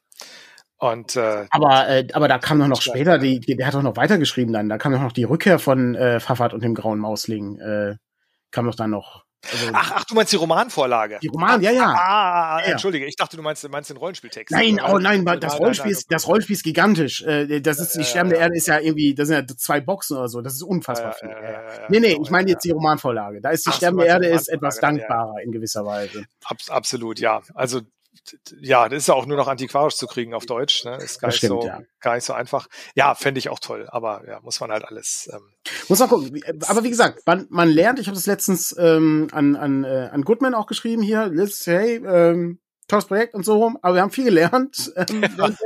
Und äh, aber äh, aber da kam doch noch später, die, die, der hat doch noch weitergeschrieben dann. Da kam doch noch die Rückkehr von äh, Fafard und dem Grauen Mausling. Äh, kam doch dann noch. Also, ach, ach, du meinst die Romanvorlage? Die Roman, ja, ja. Ah, ja, ja. Entschuldige, ich dachte, du meinst, du meinst den Rollenspieltext. Nein, oh nein, das nein, Rollenspiel nein, nein, ist, das Rollenspiel ist gigantisch. Das ist, die sterbende ja, ja, Erde ist ja irgendwie, das sind ja zwei Boxen oder so, das ist unfassbar viel. Ja, ja, ja, nee, nee, ich meine jetzt die Romanvorlage. Da ist die ach, sterbende Erde ist etwas dankbarer ja. in gewisser Weise. Abs- absolut, ja. Also, ja, das ist ja auch nur noch antiquarisch zu kriegen auf Deutsch, ne? Ist gar, nicht, stimmt, so, ja. gar nicht so einfach. Ja, fände ich auch toll, aber ja, muss man halt alles. Ähm, muss man gucken. Aber wie gesagt, man, man lernt, ich habe das letztens ähm, an, an, äh, an Goodman auch geschrieben hier, Liz, hey, ähm, tolles Projekt und so rum, aber wir haben viel gelernt. Ähm,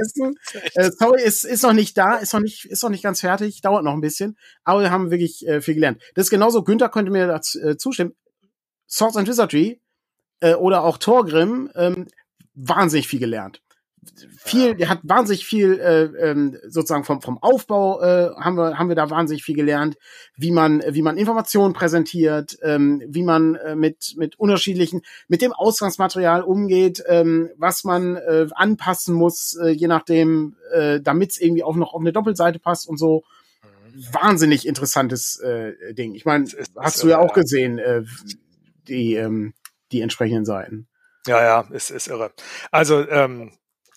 äh, sorry, ist, ist noch nicht da, ist noch nicht, ist noch nicht ganz fertig, dauert noch ein bisschen, aber wir haben wirklich äh, viel gelernt. Das ist genauso, Günther könnte mir dazu äh, zustimmen, Swords and Wizardry äh, oder auch Thorgrim, ähm, wahnsinnig viel gelernt. Viel, der hat wahnsinnig viel äh, ähm, sozusagen vom vom Aufbau äh, haben wir haben wir da wahnsinnig viel gelernt, wie man wie man Informationen präsentiert, ähm, wie man äh, mit mit unterschiedlichen mit dem Ausgangsmaterial umgeht, ähm, was man äh, anpassen muss, äh, je nachdem, äh, damit es irgendwie auch noch auf eine Doppelseite passt und so. Mhm. Wahnsinnig interessantes äh, Ding. Ich meine, hast du ja auch gesehen äh, die ähm, die entsprechenden Seiten. Ja, ja, ist, ist irre. Also, ähm,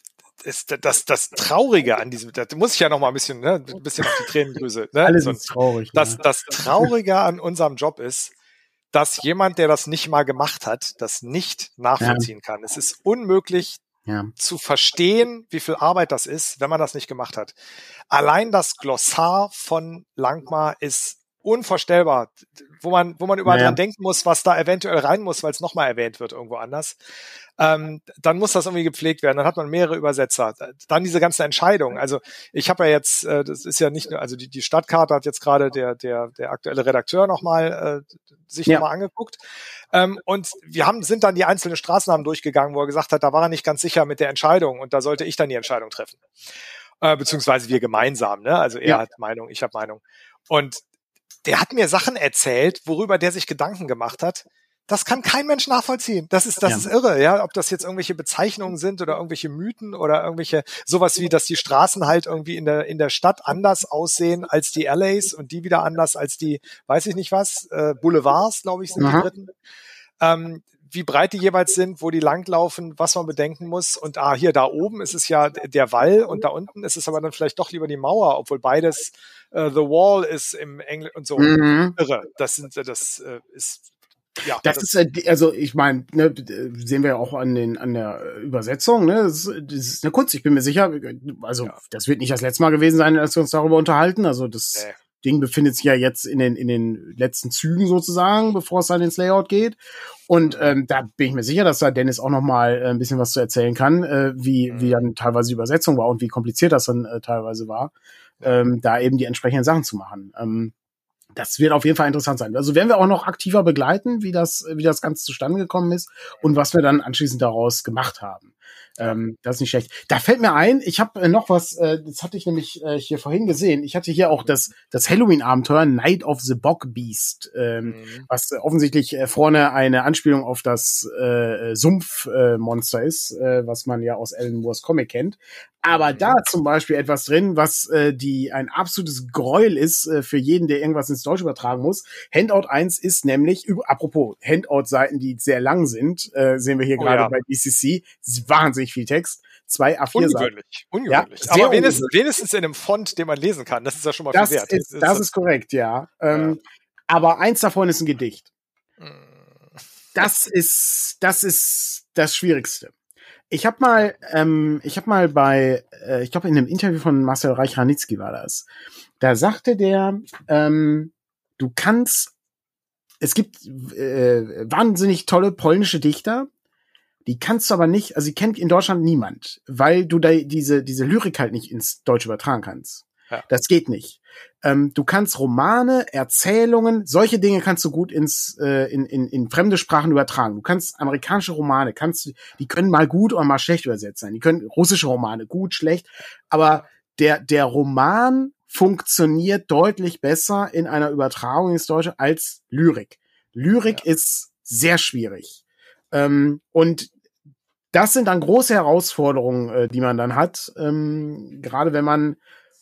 ist das, das Traurige an diesem, da muss ich ja noch mal ein bisschen, ne, ein bisschen auf die Tränendrüse, ne? Alles ist traurig. Das, ja. das Traurige an unserem Job ist, dass jemand, der das nicht mal gemacht hat, das nicht nachvollziehen ja. kann. Es ist unmöglich ja. zu verstehen, wie viel Arbeit das ist, wenn man das nicht gemacht hat. Allein das Glossar von Langmar ist unvorstellbar, wo man, wo man überall ja. dran denken muss, was da eventuell rein muss, weil es nochmal erwähnt wird irgendwo anders. Ähm, dann muss das irgendwie gepflegt werden. Dann hat man mehrere Übersetzer. Dann diese ganzen Entscheidungen. Also ich habe ja jetzt, äh, das ist ja nicht nur, also die, die Stadtkarte hat jetzt gerade der, der, der aktuelle Redakteur nochmal äh, sich ja. nochmal angeguckt. Ähm, und wir haben, sind dann die einzelnen Straßennamen durchgegangen, wo er gesagt hat, da war er nicht ganz sicher mit der Entscheidung und da sollte ich dann die Entscheidung treffen. Äh, beziehungsweise wir gemeinsam, ne? Also er ja. hat Meinung, ich habe Meinung. Und der hat mir Sachen erzählt, worüber der sich Gedanken gemacht hat. Das kann kein Mensch nachvollziehen. Das ist, das ja. ist irre, ja. Ob das jetzt irgendwelche Bezeichnungen sind oder irgendwelche Mythen oder irgendwelche, sowas wie, dass die Straßen halt irgendwie in der, in der Stadt anders aussehen als die Alleys und die wieder anders als die, weiß ich nicht was, äh, Boulevards, glaube ich, sind Aha. die dritten. Ähm, wie breit die jeweils sind, wo die langlaufen, was man bedenken muss. Und ah, hier, da oben ist es ja der Wall und da unten ist es aber dann vielleicht doch lieber die Mauer, obwohl beides uh, The Wall ist im Englisch und so. Mhm. Irre. Das sind, das äh, ist, ja. Das, das ist, also ich meine, ne, sehen wir ja auch an den an der Übersetzung, ne, das ist, das ist eine Kunst, ich bin mir sicher, also ja. das wird nicht das letzte Mal gewesen sein, als wir uns darüber unterhalten, also das nee. Ding befindet sich ja jetzt in den in den letzten Zügen sozusagen, bevor es dann ins Layout geht. Und ähm, da bin ich mir sicher, dass da Dennis auch noch mal äh, ein bisschen was zu erzählen kann, äh, wie mhm. wie dann teilweise die Übersetzung war und wie kompliziert das dann äh, teilweise war, ähm, da eben die entsprechenden Sachen zu machen. Ähm, das wird auf jeden Fall interessant sein. Also werden wir auch noch aktiver begleiten, wie das wie das Ganze zustande gekommen ist und was wir dann anschließend daraus gemacht haben. Ja. Ähm, das ist nicht schlecht. Da fällt mir ein, ich habe äh, noch was, äh, das hatte ich nämlich äh, hier vorhin gesehen. Ich hatte hier auch das, das Halloween-Abenteuer Night of the Bog Beast, ähm, mhm. was äh, offensichtlich äh, vorne eine Anspielung auf das äh, Sumpfmonster äh, ist, äh, was man ja aus Alan Moores Comic kennt. Aber mhm. da zum Beispiel etwas drin, was äh, die ein absolutes Gräuel ist äh, für jeden, der irgendwas ins Deutsch übertragen muss. Handout eins ist nämlich, über, apropos Handout-Seiten, die sehr lang sind, äh, sehen wir hier oh, gerade ja. bei D C C, wahnsinnig viel Text. Zwei A vier Seiten. Ungewöhnlich, ungewöhnlich. Ja, aber wenigstens, ungewöhnlich. wenigstens in einem Font, den man lesen kann. Das ist ja schon mal das viel wert. Ist, das, das ist korrekt, ja. Ähm, ja. Aber eins davon ist ein Gedicht. Das ist, das ist das Schwierigste. Ich habe mal, ähm, ich habe mal bei, äh, ich glaube in einem Interview von Marcel Reich-Ranitzky war das. Da sagte der, ähm, du kannst, es gibt äh, wahnsinnig tolle polnische Dichter, die kannst du aber nicht, also die kennt in Deutschland niemand, weil du da diese diese Lyrik halt nicht ins Deutsche übertragen kannst. Ja. Das geht nicht. Ähm, du kannst Romane, Erzählungen, solche Dinge kannst du gut ins äh, in, in, in fremde Sprachen übertragen. Du kannst amerikanische Romane, kannst die können mal gut oder mal schlecht übersetzt sein. Die können russische Romane gut, schlecht, aber der der Roman funktioniert deutlich besser in einer Übertragung ins Deutsche als Lyrik. Lyrik ja. ist sehr schwierig. Ähm, und das sind dann große Herausforderungen, äh, die man dann hat, ähm, gerade wenn man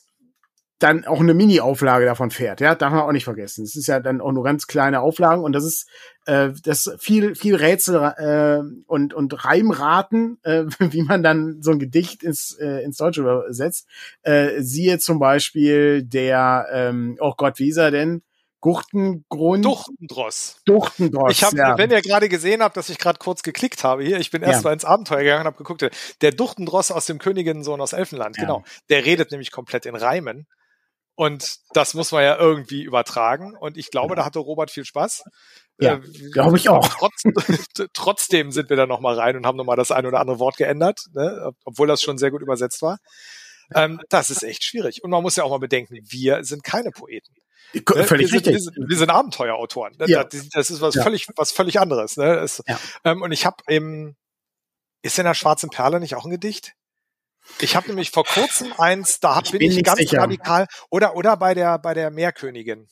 dann auch eine Mini-Auflage davon fährt, ja, darf man auch nicht vergessen. Es ist ja dann auch nur ganz kleine Auflagen und das ist äh, das viel viel Rätsel äh, und und Reimraten, äh, wie man dann so ein Gedicht ins äh, ins Deutsche übersetzt. Äh, siehe zum Beispiel der, ähm, oh Gott, wie ist er denn? Gurtengrund. Duchtendross. Duchtendross. Ich habe, ja. wenn ihr gerade gesehen habt, dass ich gerade kurz geklickt habe hier, ich bin erst ja. mal ins Abenteuer gegangen und habe geguckt, der Duchtendross aus dem Königinnensohn aus Elfenland, ja. genau, der redet nämlich komplett in Reimen. Und das muss man ja irgendwie übertragen. Und ich glaube, ja. da hatte Robert viel Spaß. Ja, äh, glaube ich auch. Trotz, trotzdem sind wir da nochmal rein und haben nochmal das ein oder andere Wort geändert, ne? Obwohl das schon sehr gut übersetzt war. Ähm, das ist echt schwierig. Und man muss ja auch mal bedenken, wir sind keine Poeten. Ne? Völlig wir, sind, richtig. Wir, sind, wir sind Abenteuerautoren. Ne? Ja. Das, das ist was ja. völlig, was völlig anderes. Ne? Das, ja. ähm, und ich habe im, ist in der Schwarzen Perle nicht auch ein Gedicht? Ich habe nämlich vor kurzem eins, da hab, ich bin, bin ich ganz sicher. radikal, oder oder bei der bei der Meerkönigin.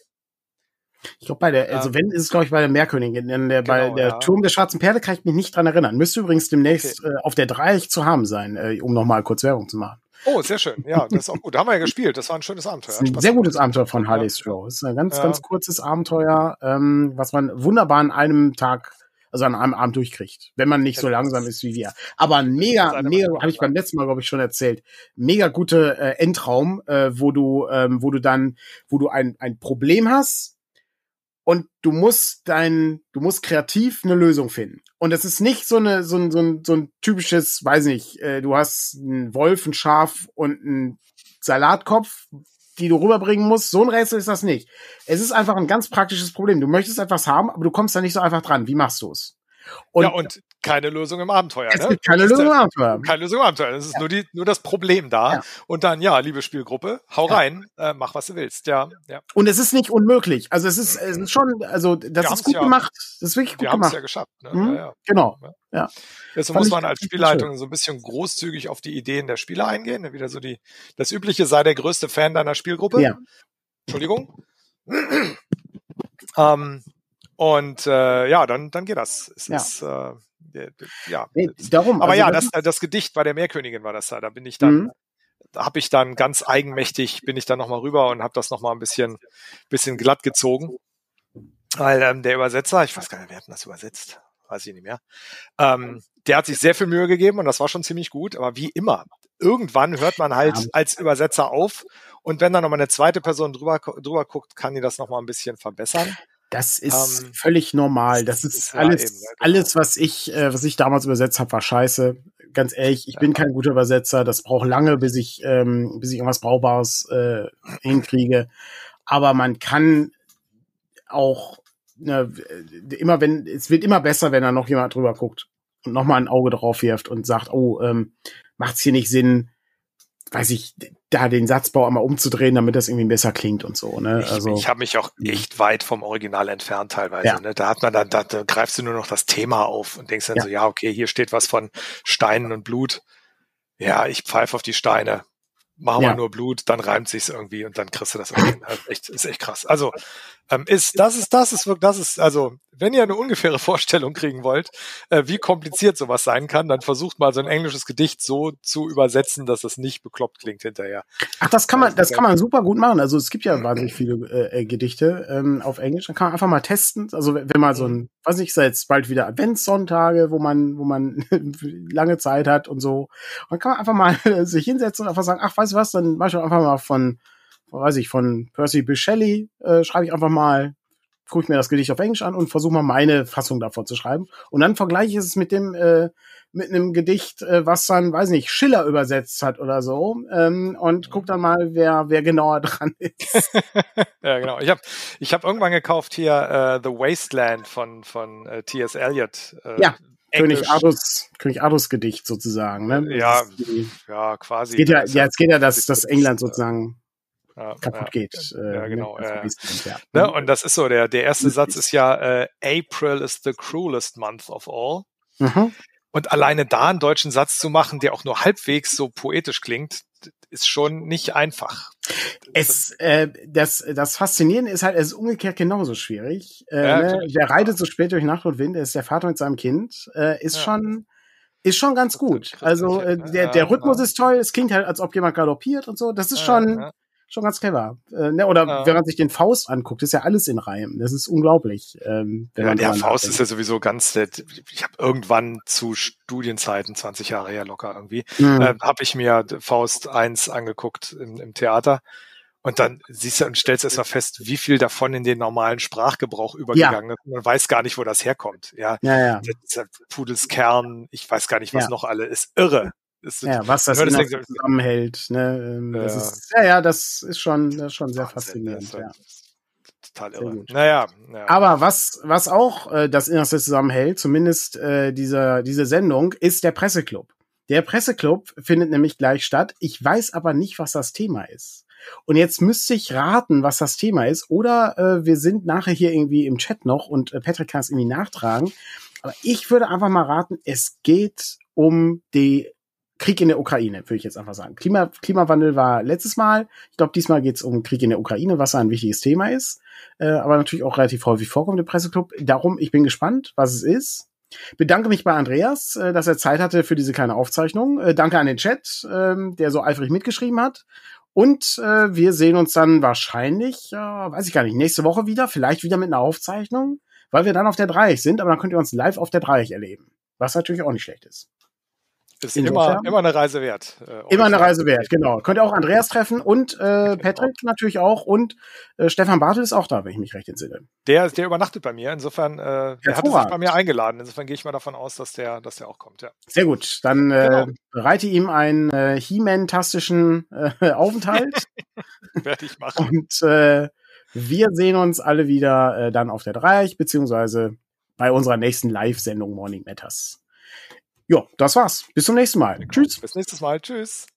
Ich glaube bei der, also ähm, wenn ist es glaube ich bei der Meerkönigin, denn der, genau, bei der ja. Turm der Schwarzen Perle kann ich mich nicht dran erinnern. Müsste übrigens demnächst okay. äh, auf der Dreieck zu haben sein, äh, um nochmal kurz Werbung zu machen. Oh, sehr schön. Ja, das ist auch gut. Da haben wir ja gespielt. Das war ein schönes Abenteuer. Das ist ein sehr gutes Abenteuer von Harley Stroh. Es ist ein ganz, ja. ganz kurzes Abenteuer, ähm, was man wunderbar an einem Tag, also an einem Abend durchkriegt, wenn man nicht so langsam ist wie wir. Aber ein mega, mega, habe ich beim letzten Mal, glaube ich, schon erzählt, mega gute äh, Endraum, äh, wo du, ähm, wo du dann, wo du ein ein Problem hast und du musst dein, du musst kreativ eine Lösung finden. Und es ist nicht so eine, so ein, so ein, so ein typisches, weiß nicht, äh, du hast einen Wolf, ein Schaf und einen Salatkopf, die du rüberbringen musst. So ein Rätsel ist das nicht. Es ist einfach ein ganz praktisches Problem. Du möchtest etwas haben, aber du kommst da nicht so einfach dran. Wie machst du es? Und, ja, und keine Lösung im Abenteuer. Es ne? gibt keine Lösung im Abenteuer. Keine Lösung im Abenteuer. Es ist ja. nur, die, nur das Problem da. Ja. Und dann, ja, liebe Spielgruppe, hau ja. rein, äh, mach, was du willst. Ja, ja. Und es ist nicht unmöglich. Also es ist, es ist schon, also das Wir ist gut ja, gemacht. Das ist wirklich gut wir gemacht. Wir haben es ja geschafft. Ne? Mhm. Ja, ja. Genau. Ja. Deswegen muss man als Spielleitung so ein bisschen großzügig auf die Ideen der Spieler eingehen. Wieder so die, das Übliche, sei der größte Fan deiner Spielgruppe. Ja. Entschuldigung. ähm, und äh, ja, dann, dann geht das. Es ja. ist äh, ja. Nee, darum, aber also ja, das, das Gedicht bei der Meerkönigin war das da. Da bin ich dann, mhm. da habe ich dann ganz eigenmächtig, bin ich dann nochmal rüber und habe das nochmal ein bisschen, bisschen glatt gezogen. Weil ähm, der Übersetzer, ich weiß gar nicht, wer hat denn das übersetzt? Weiß ich nicht mehr. Ähm, der hat sich sehr viel Mühe gegeben und das war schon ziemlich gut. Aber wie immer, irgendwann hört man halt ja. als Übersetzer auf. Und wenn dann nochmal eine zweite Person drüber, drüber guckt, kann die das nochmal ein bisschen verbessern. Das ist ähm, völlig normal. Das ist, ist alles, eben, ja, genau. alles, was ich, äh, was ich damals übersetzt habe, war scheiße. Ganz ehrlich, ich ja. bin kein guter Übersetzer. Das braucht lange, bis ich, ähm, bis ich irgendwas Brauchbares äh, hinkriege. Aber man kann auch, ne, immer wenn, es wird immer besser, wenn da noch jemand drüber guckt und nochmal ein Auge drauf wirft und sagt, oh, ähm, macht's hier nicht Sinn, weiß ich, da den Satzbau einmal umzudrehen, damit das irgendwie besser klingt und so, ne? Ich, also, ich habe mich auch echt weit vom Original entfernt teilweise, ja. ne? Da hat man dann, da, da greifst du nur noch das Thema auf und denkst dann ja. so, ja, okay, hier steht was von Steinen und Blut. Ja, ich pfeife auf die Steine. Machen wir ja. nur Blut, dann reimt sich's irgendwie und dann kriegst du das irgendwie. Das ist echt, ist echt krass. Also, ähm, ist, das ist, das ist wirklich, das ist, also, wenn ihr eine ungefähre Vorstellung kriegen wollt, äh, wie kompliziert sowas sein kann, dann versucht mal so ein englisches Gedicht so zu übersetzen, dass es nicht bekloppt klingt hinterher. Ach, das kann man, das kann man super gut machen. Also, es gibt ja wahnsinnig viele äh, Gedichte ähm, auf Englisch. Dann kann man einfach mal testen. Also, wenn man so ein, weiß ich, ist jetzt bald wieder Adventssonntage, wo man, wo man lange Zeit hat und so. Und dann kann man einfach mal sich hinsetzen und einfach sagen, ach, weißt du was, dann mach ich doch einfach mal von, weiß ich, von Percy Bysshe Shelley, äh, schreibe ich einfach mal, gucke ich mir das Gedicht auf Englisch an und versuche mal meine Fassung davon zu schreiben. Und dann vergleiche ich es mit dem, äh, mit einem Gedicht, äh, was dann, weiß nicht, Schiller übersetzt hat oder so, ähm, und guck dann mal, wer, wer genauer dran ist. Ja, genau. Ich habe, ich habe irgendwann gekauft hier äh, The Wasteland von von äh, T S Eliot. Äh, ja. König Artus, König Artus Gedicht sozusagen, ne? Ja, die, ja, quasi. Es geht ja, ja, es geht ja, dass das England sozusagen ja, kaputt ja, geht. Äh, ja, genau. Ne? Äh, ja. Ne? Und das ist so, der der erste Satz ist ja, äh, April is the cruelest month of all. Mhm. Und alleine da einen deutschen Satz zu machen, der auch nur halbwegs so poetisch klingt, ist schon nicht einfach. Es, äh, das, das Faszinierende ist halt, es ist umgekehrt genauso schwierig. Äh, ja, ne? Der reitet so spät durch Nacht und Wind, er ist der Vater mit seinem Kind, äh, ist ja. schon, ist schon ganz gut. Also, äh, der, der Rhythmus ja. ist toll, es klingt halt, als ob jemand galoppiert und so, das ist schon, ja. schon ganz clever. Äh, ne? Oder ja. wenn man sich den Faust anguckt, ist ja alles in Reihen. Das ist unglaublich. Ähm, wenn ja, man der Faust ist ja sowieso ganz, ich habe irgendwann zu Studienzeiten, zwanzig Jahre her locker irgendwie, mhm. äh, habe ich mir Faust eins angeguckt im, im Theater. Und dann siehst du und stellst erst mal fest, wie viel davon in den normalen Sprachgebrauch übergegangen ja. ist. Man weiß gar nicht, wo das herkommt. Ja, ja, ja. Der Pudelskern, ich weiß gar nicht, was ja. noch alle ist. Irre. Ist, ja, was das, das denke, zusammenhält. Ne? Das ja. Ist, ja, ja, das ist schon, das ist schon sehr Wahnsinn, faszinierend. Ja. Total irre. Naja, naja. Aber was, was auch äh, das Innerste zusammenhält, zumindest äh, diese, diese Sendung, ist der Presseclub. Der Presseclub findet nämlich gleich statt. Ich weiß aber nicht, was das Thema ist. Und jetzt müsste ich raten, was das Thema ist. Oder äh, wir sind nachher hier irgendwie im Chat noch und äh, Patrick kann es irgendwie nachtragen. Aber ich würde einfach mal raten, es geht um den Krieg in der Ukraine, würde ich jetzt einfach sagen. Klima, Klimawandel war letztes Mal. Ich glaube, diesmal geht es um Krieg in der Ukraine, was ein wichtiges Thema ist. Äh, aber natürlich auch relativ häufig vorkommt im Presseclub. Darum, ich bin gespannt, was es ist. Bedanke mich bei Andreas, äh, dass er Zeit hatte für diese kleine Aufzeichnung. Äh, danke an den Chat, äh, der so eifrig mitgeschrieben hat. Und äh, wir sehen uns dann wahrscheinlich, äh, weiß ich gar nicht, nächste Woche wieder, vielleicht wieder mit einer Aufzeichnung, weil wir dann auf der Dreieck sind, aber dann könnt ihr uns live auf der Dreieck erleben, was natürlich auch nicht schlecht ist. Ist immer, immer eine Reise wert. Äh, immer eine Reise wert, genau. Könnt ihr auch Andreas treffen und äh, Patrick natürlich auch und äh, Stefan Bartel ist auch da, wenn ich mich recht entsinne. Der, der übernachtet bei mir, insofern, äh, der hatte sich bei mir eingeladen, insofern gehe ich mal davon aus, dass der, dass der auch kommt, ja. Sehr gut, dann äh, genau. bereite ihm einen äh, He-Man-tastischen äh, Aufenthalt. Werde ich machen. Und äh, wir sehen uns alle wieder äh, dann auf der Dreieck, beziehungsweise bei unserer nächsten Live-Sendung Morning Matters. Ja, das war's. Bis zum nächsten Mal. Genau. Tschüss. Bis nächstes Mal. Tschüss.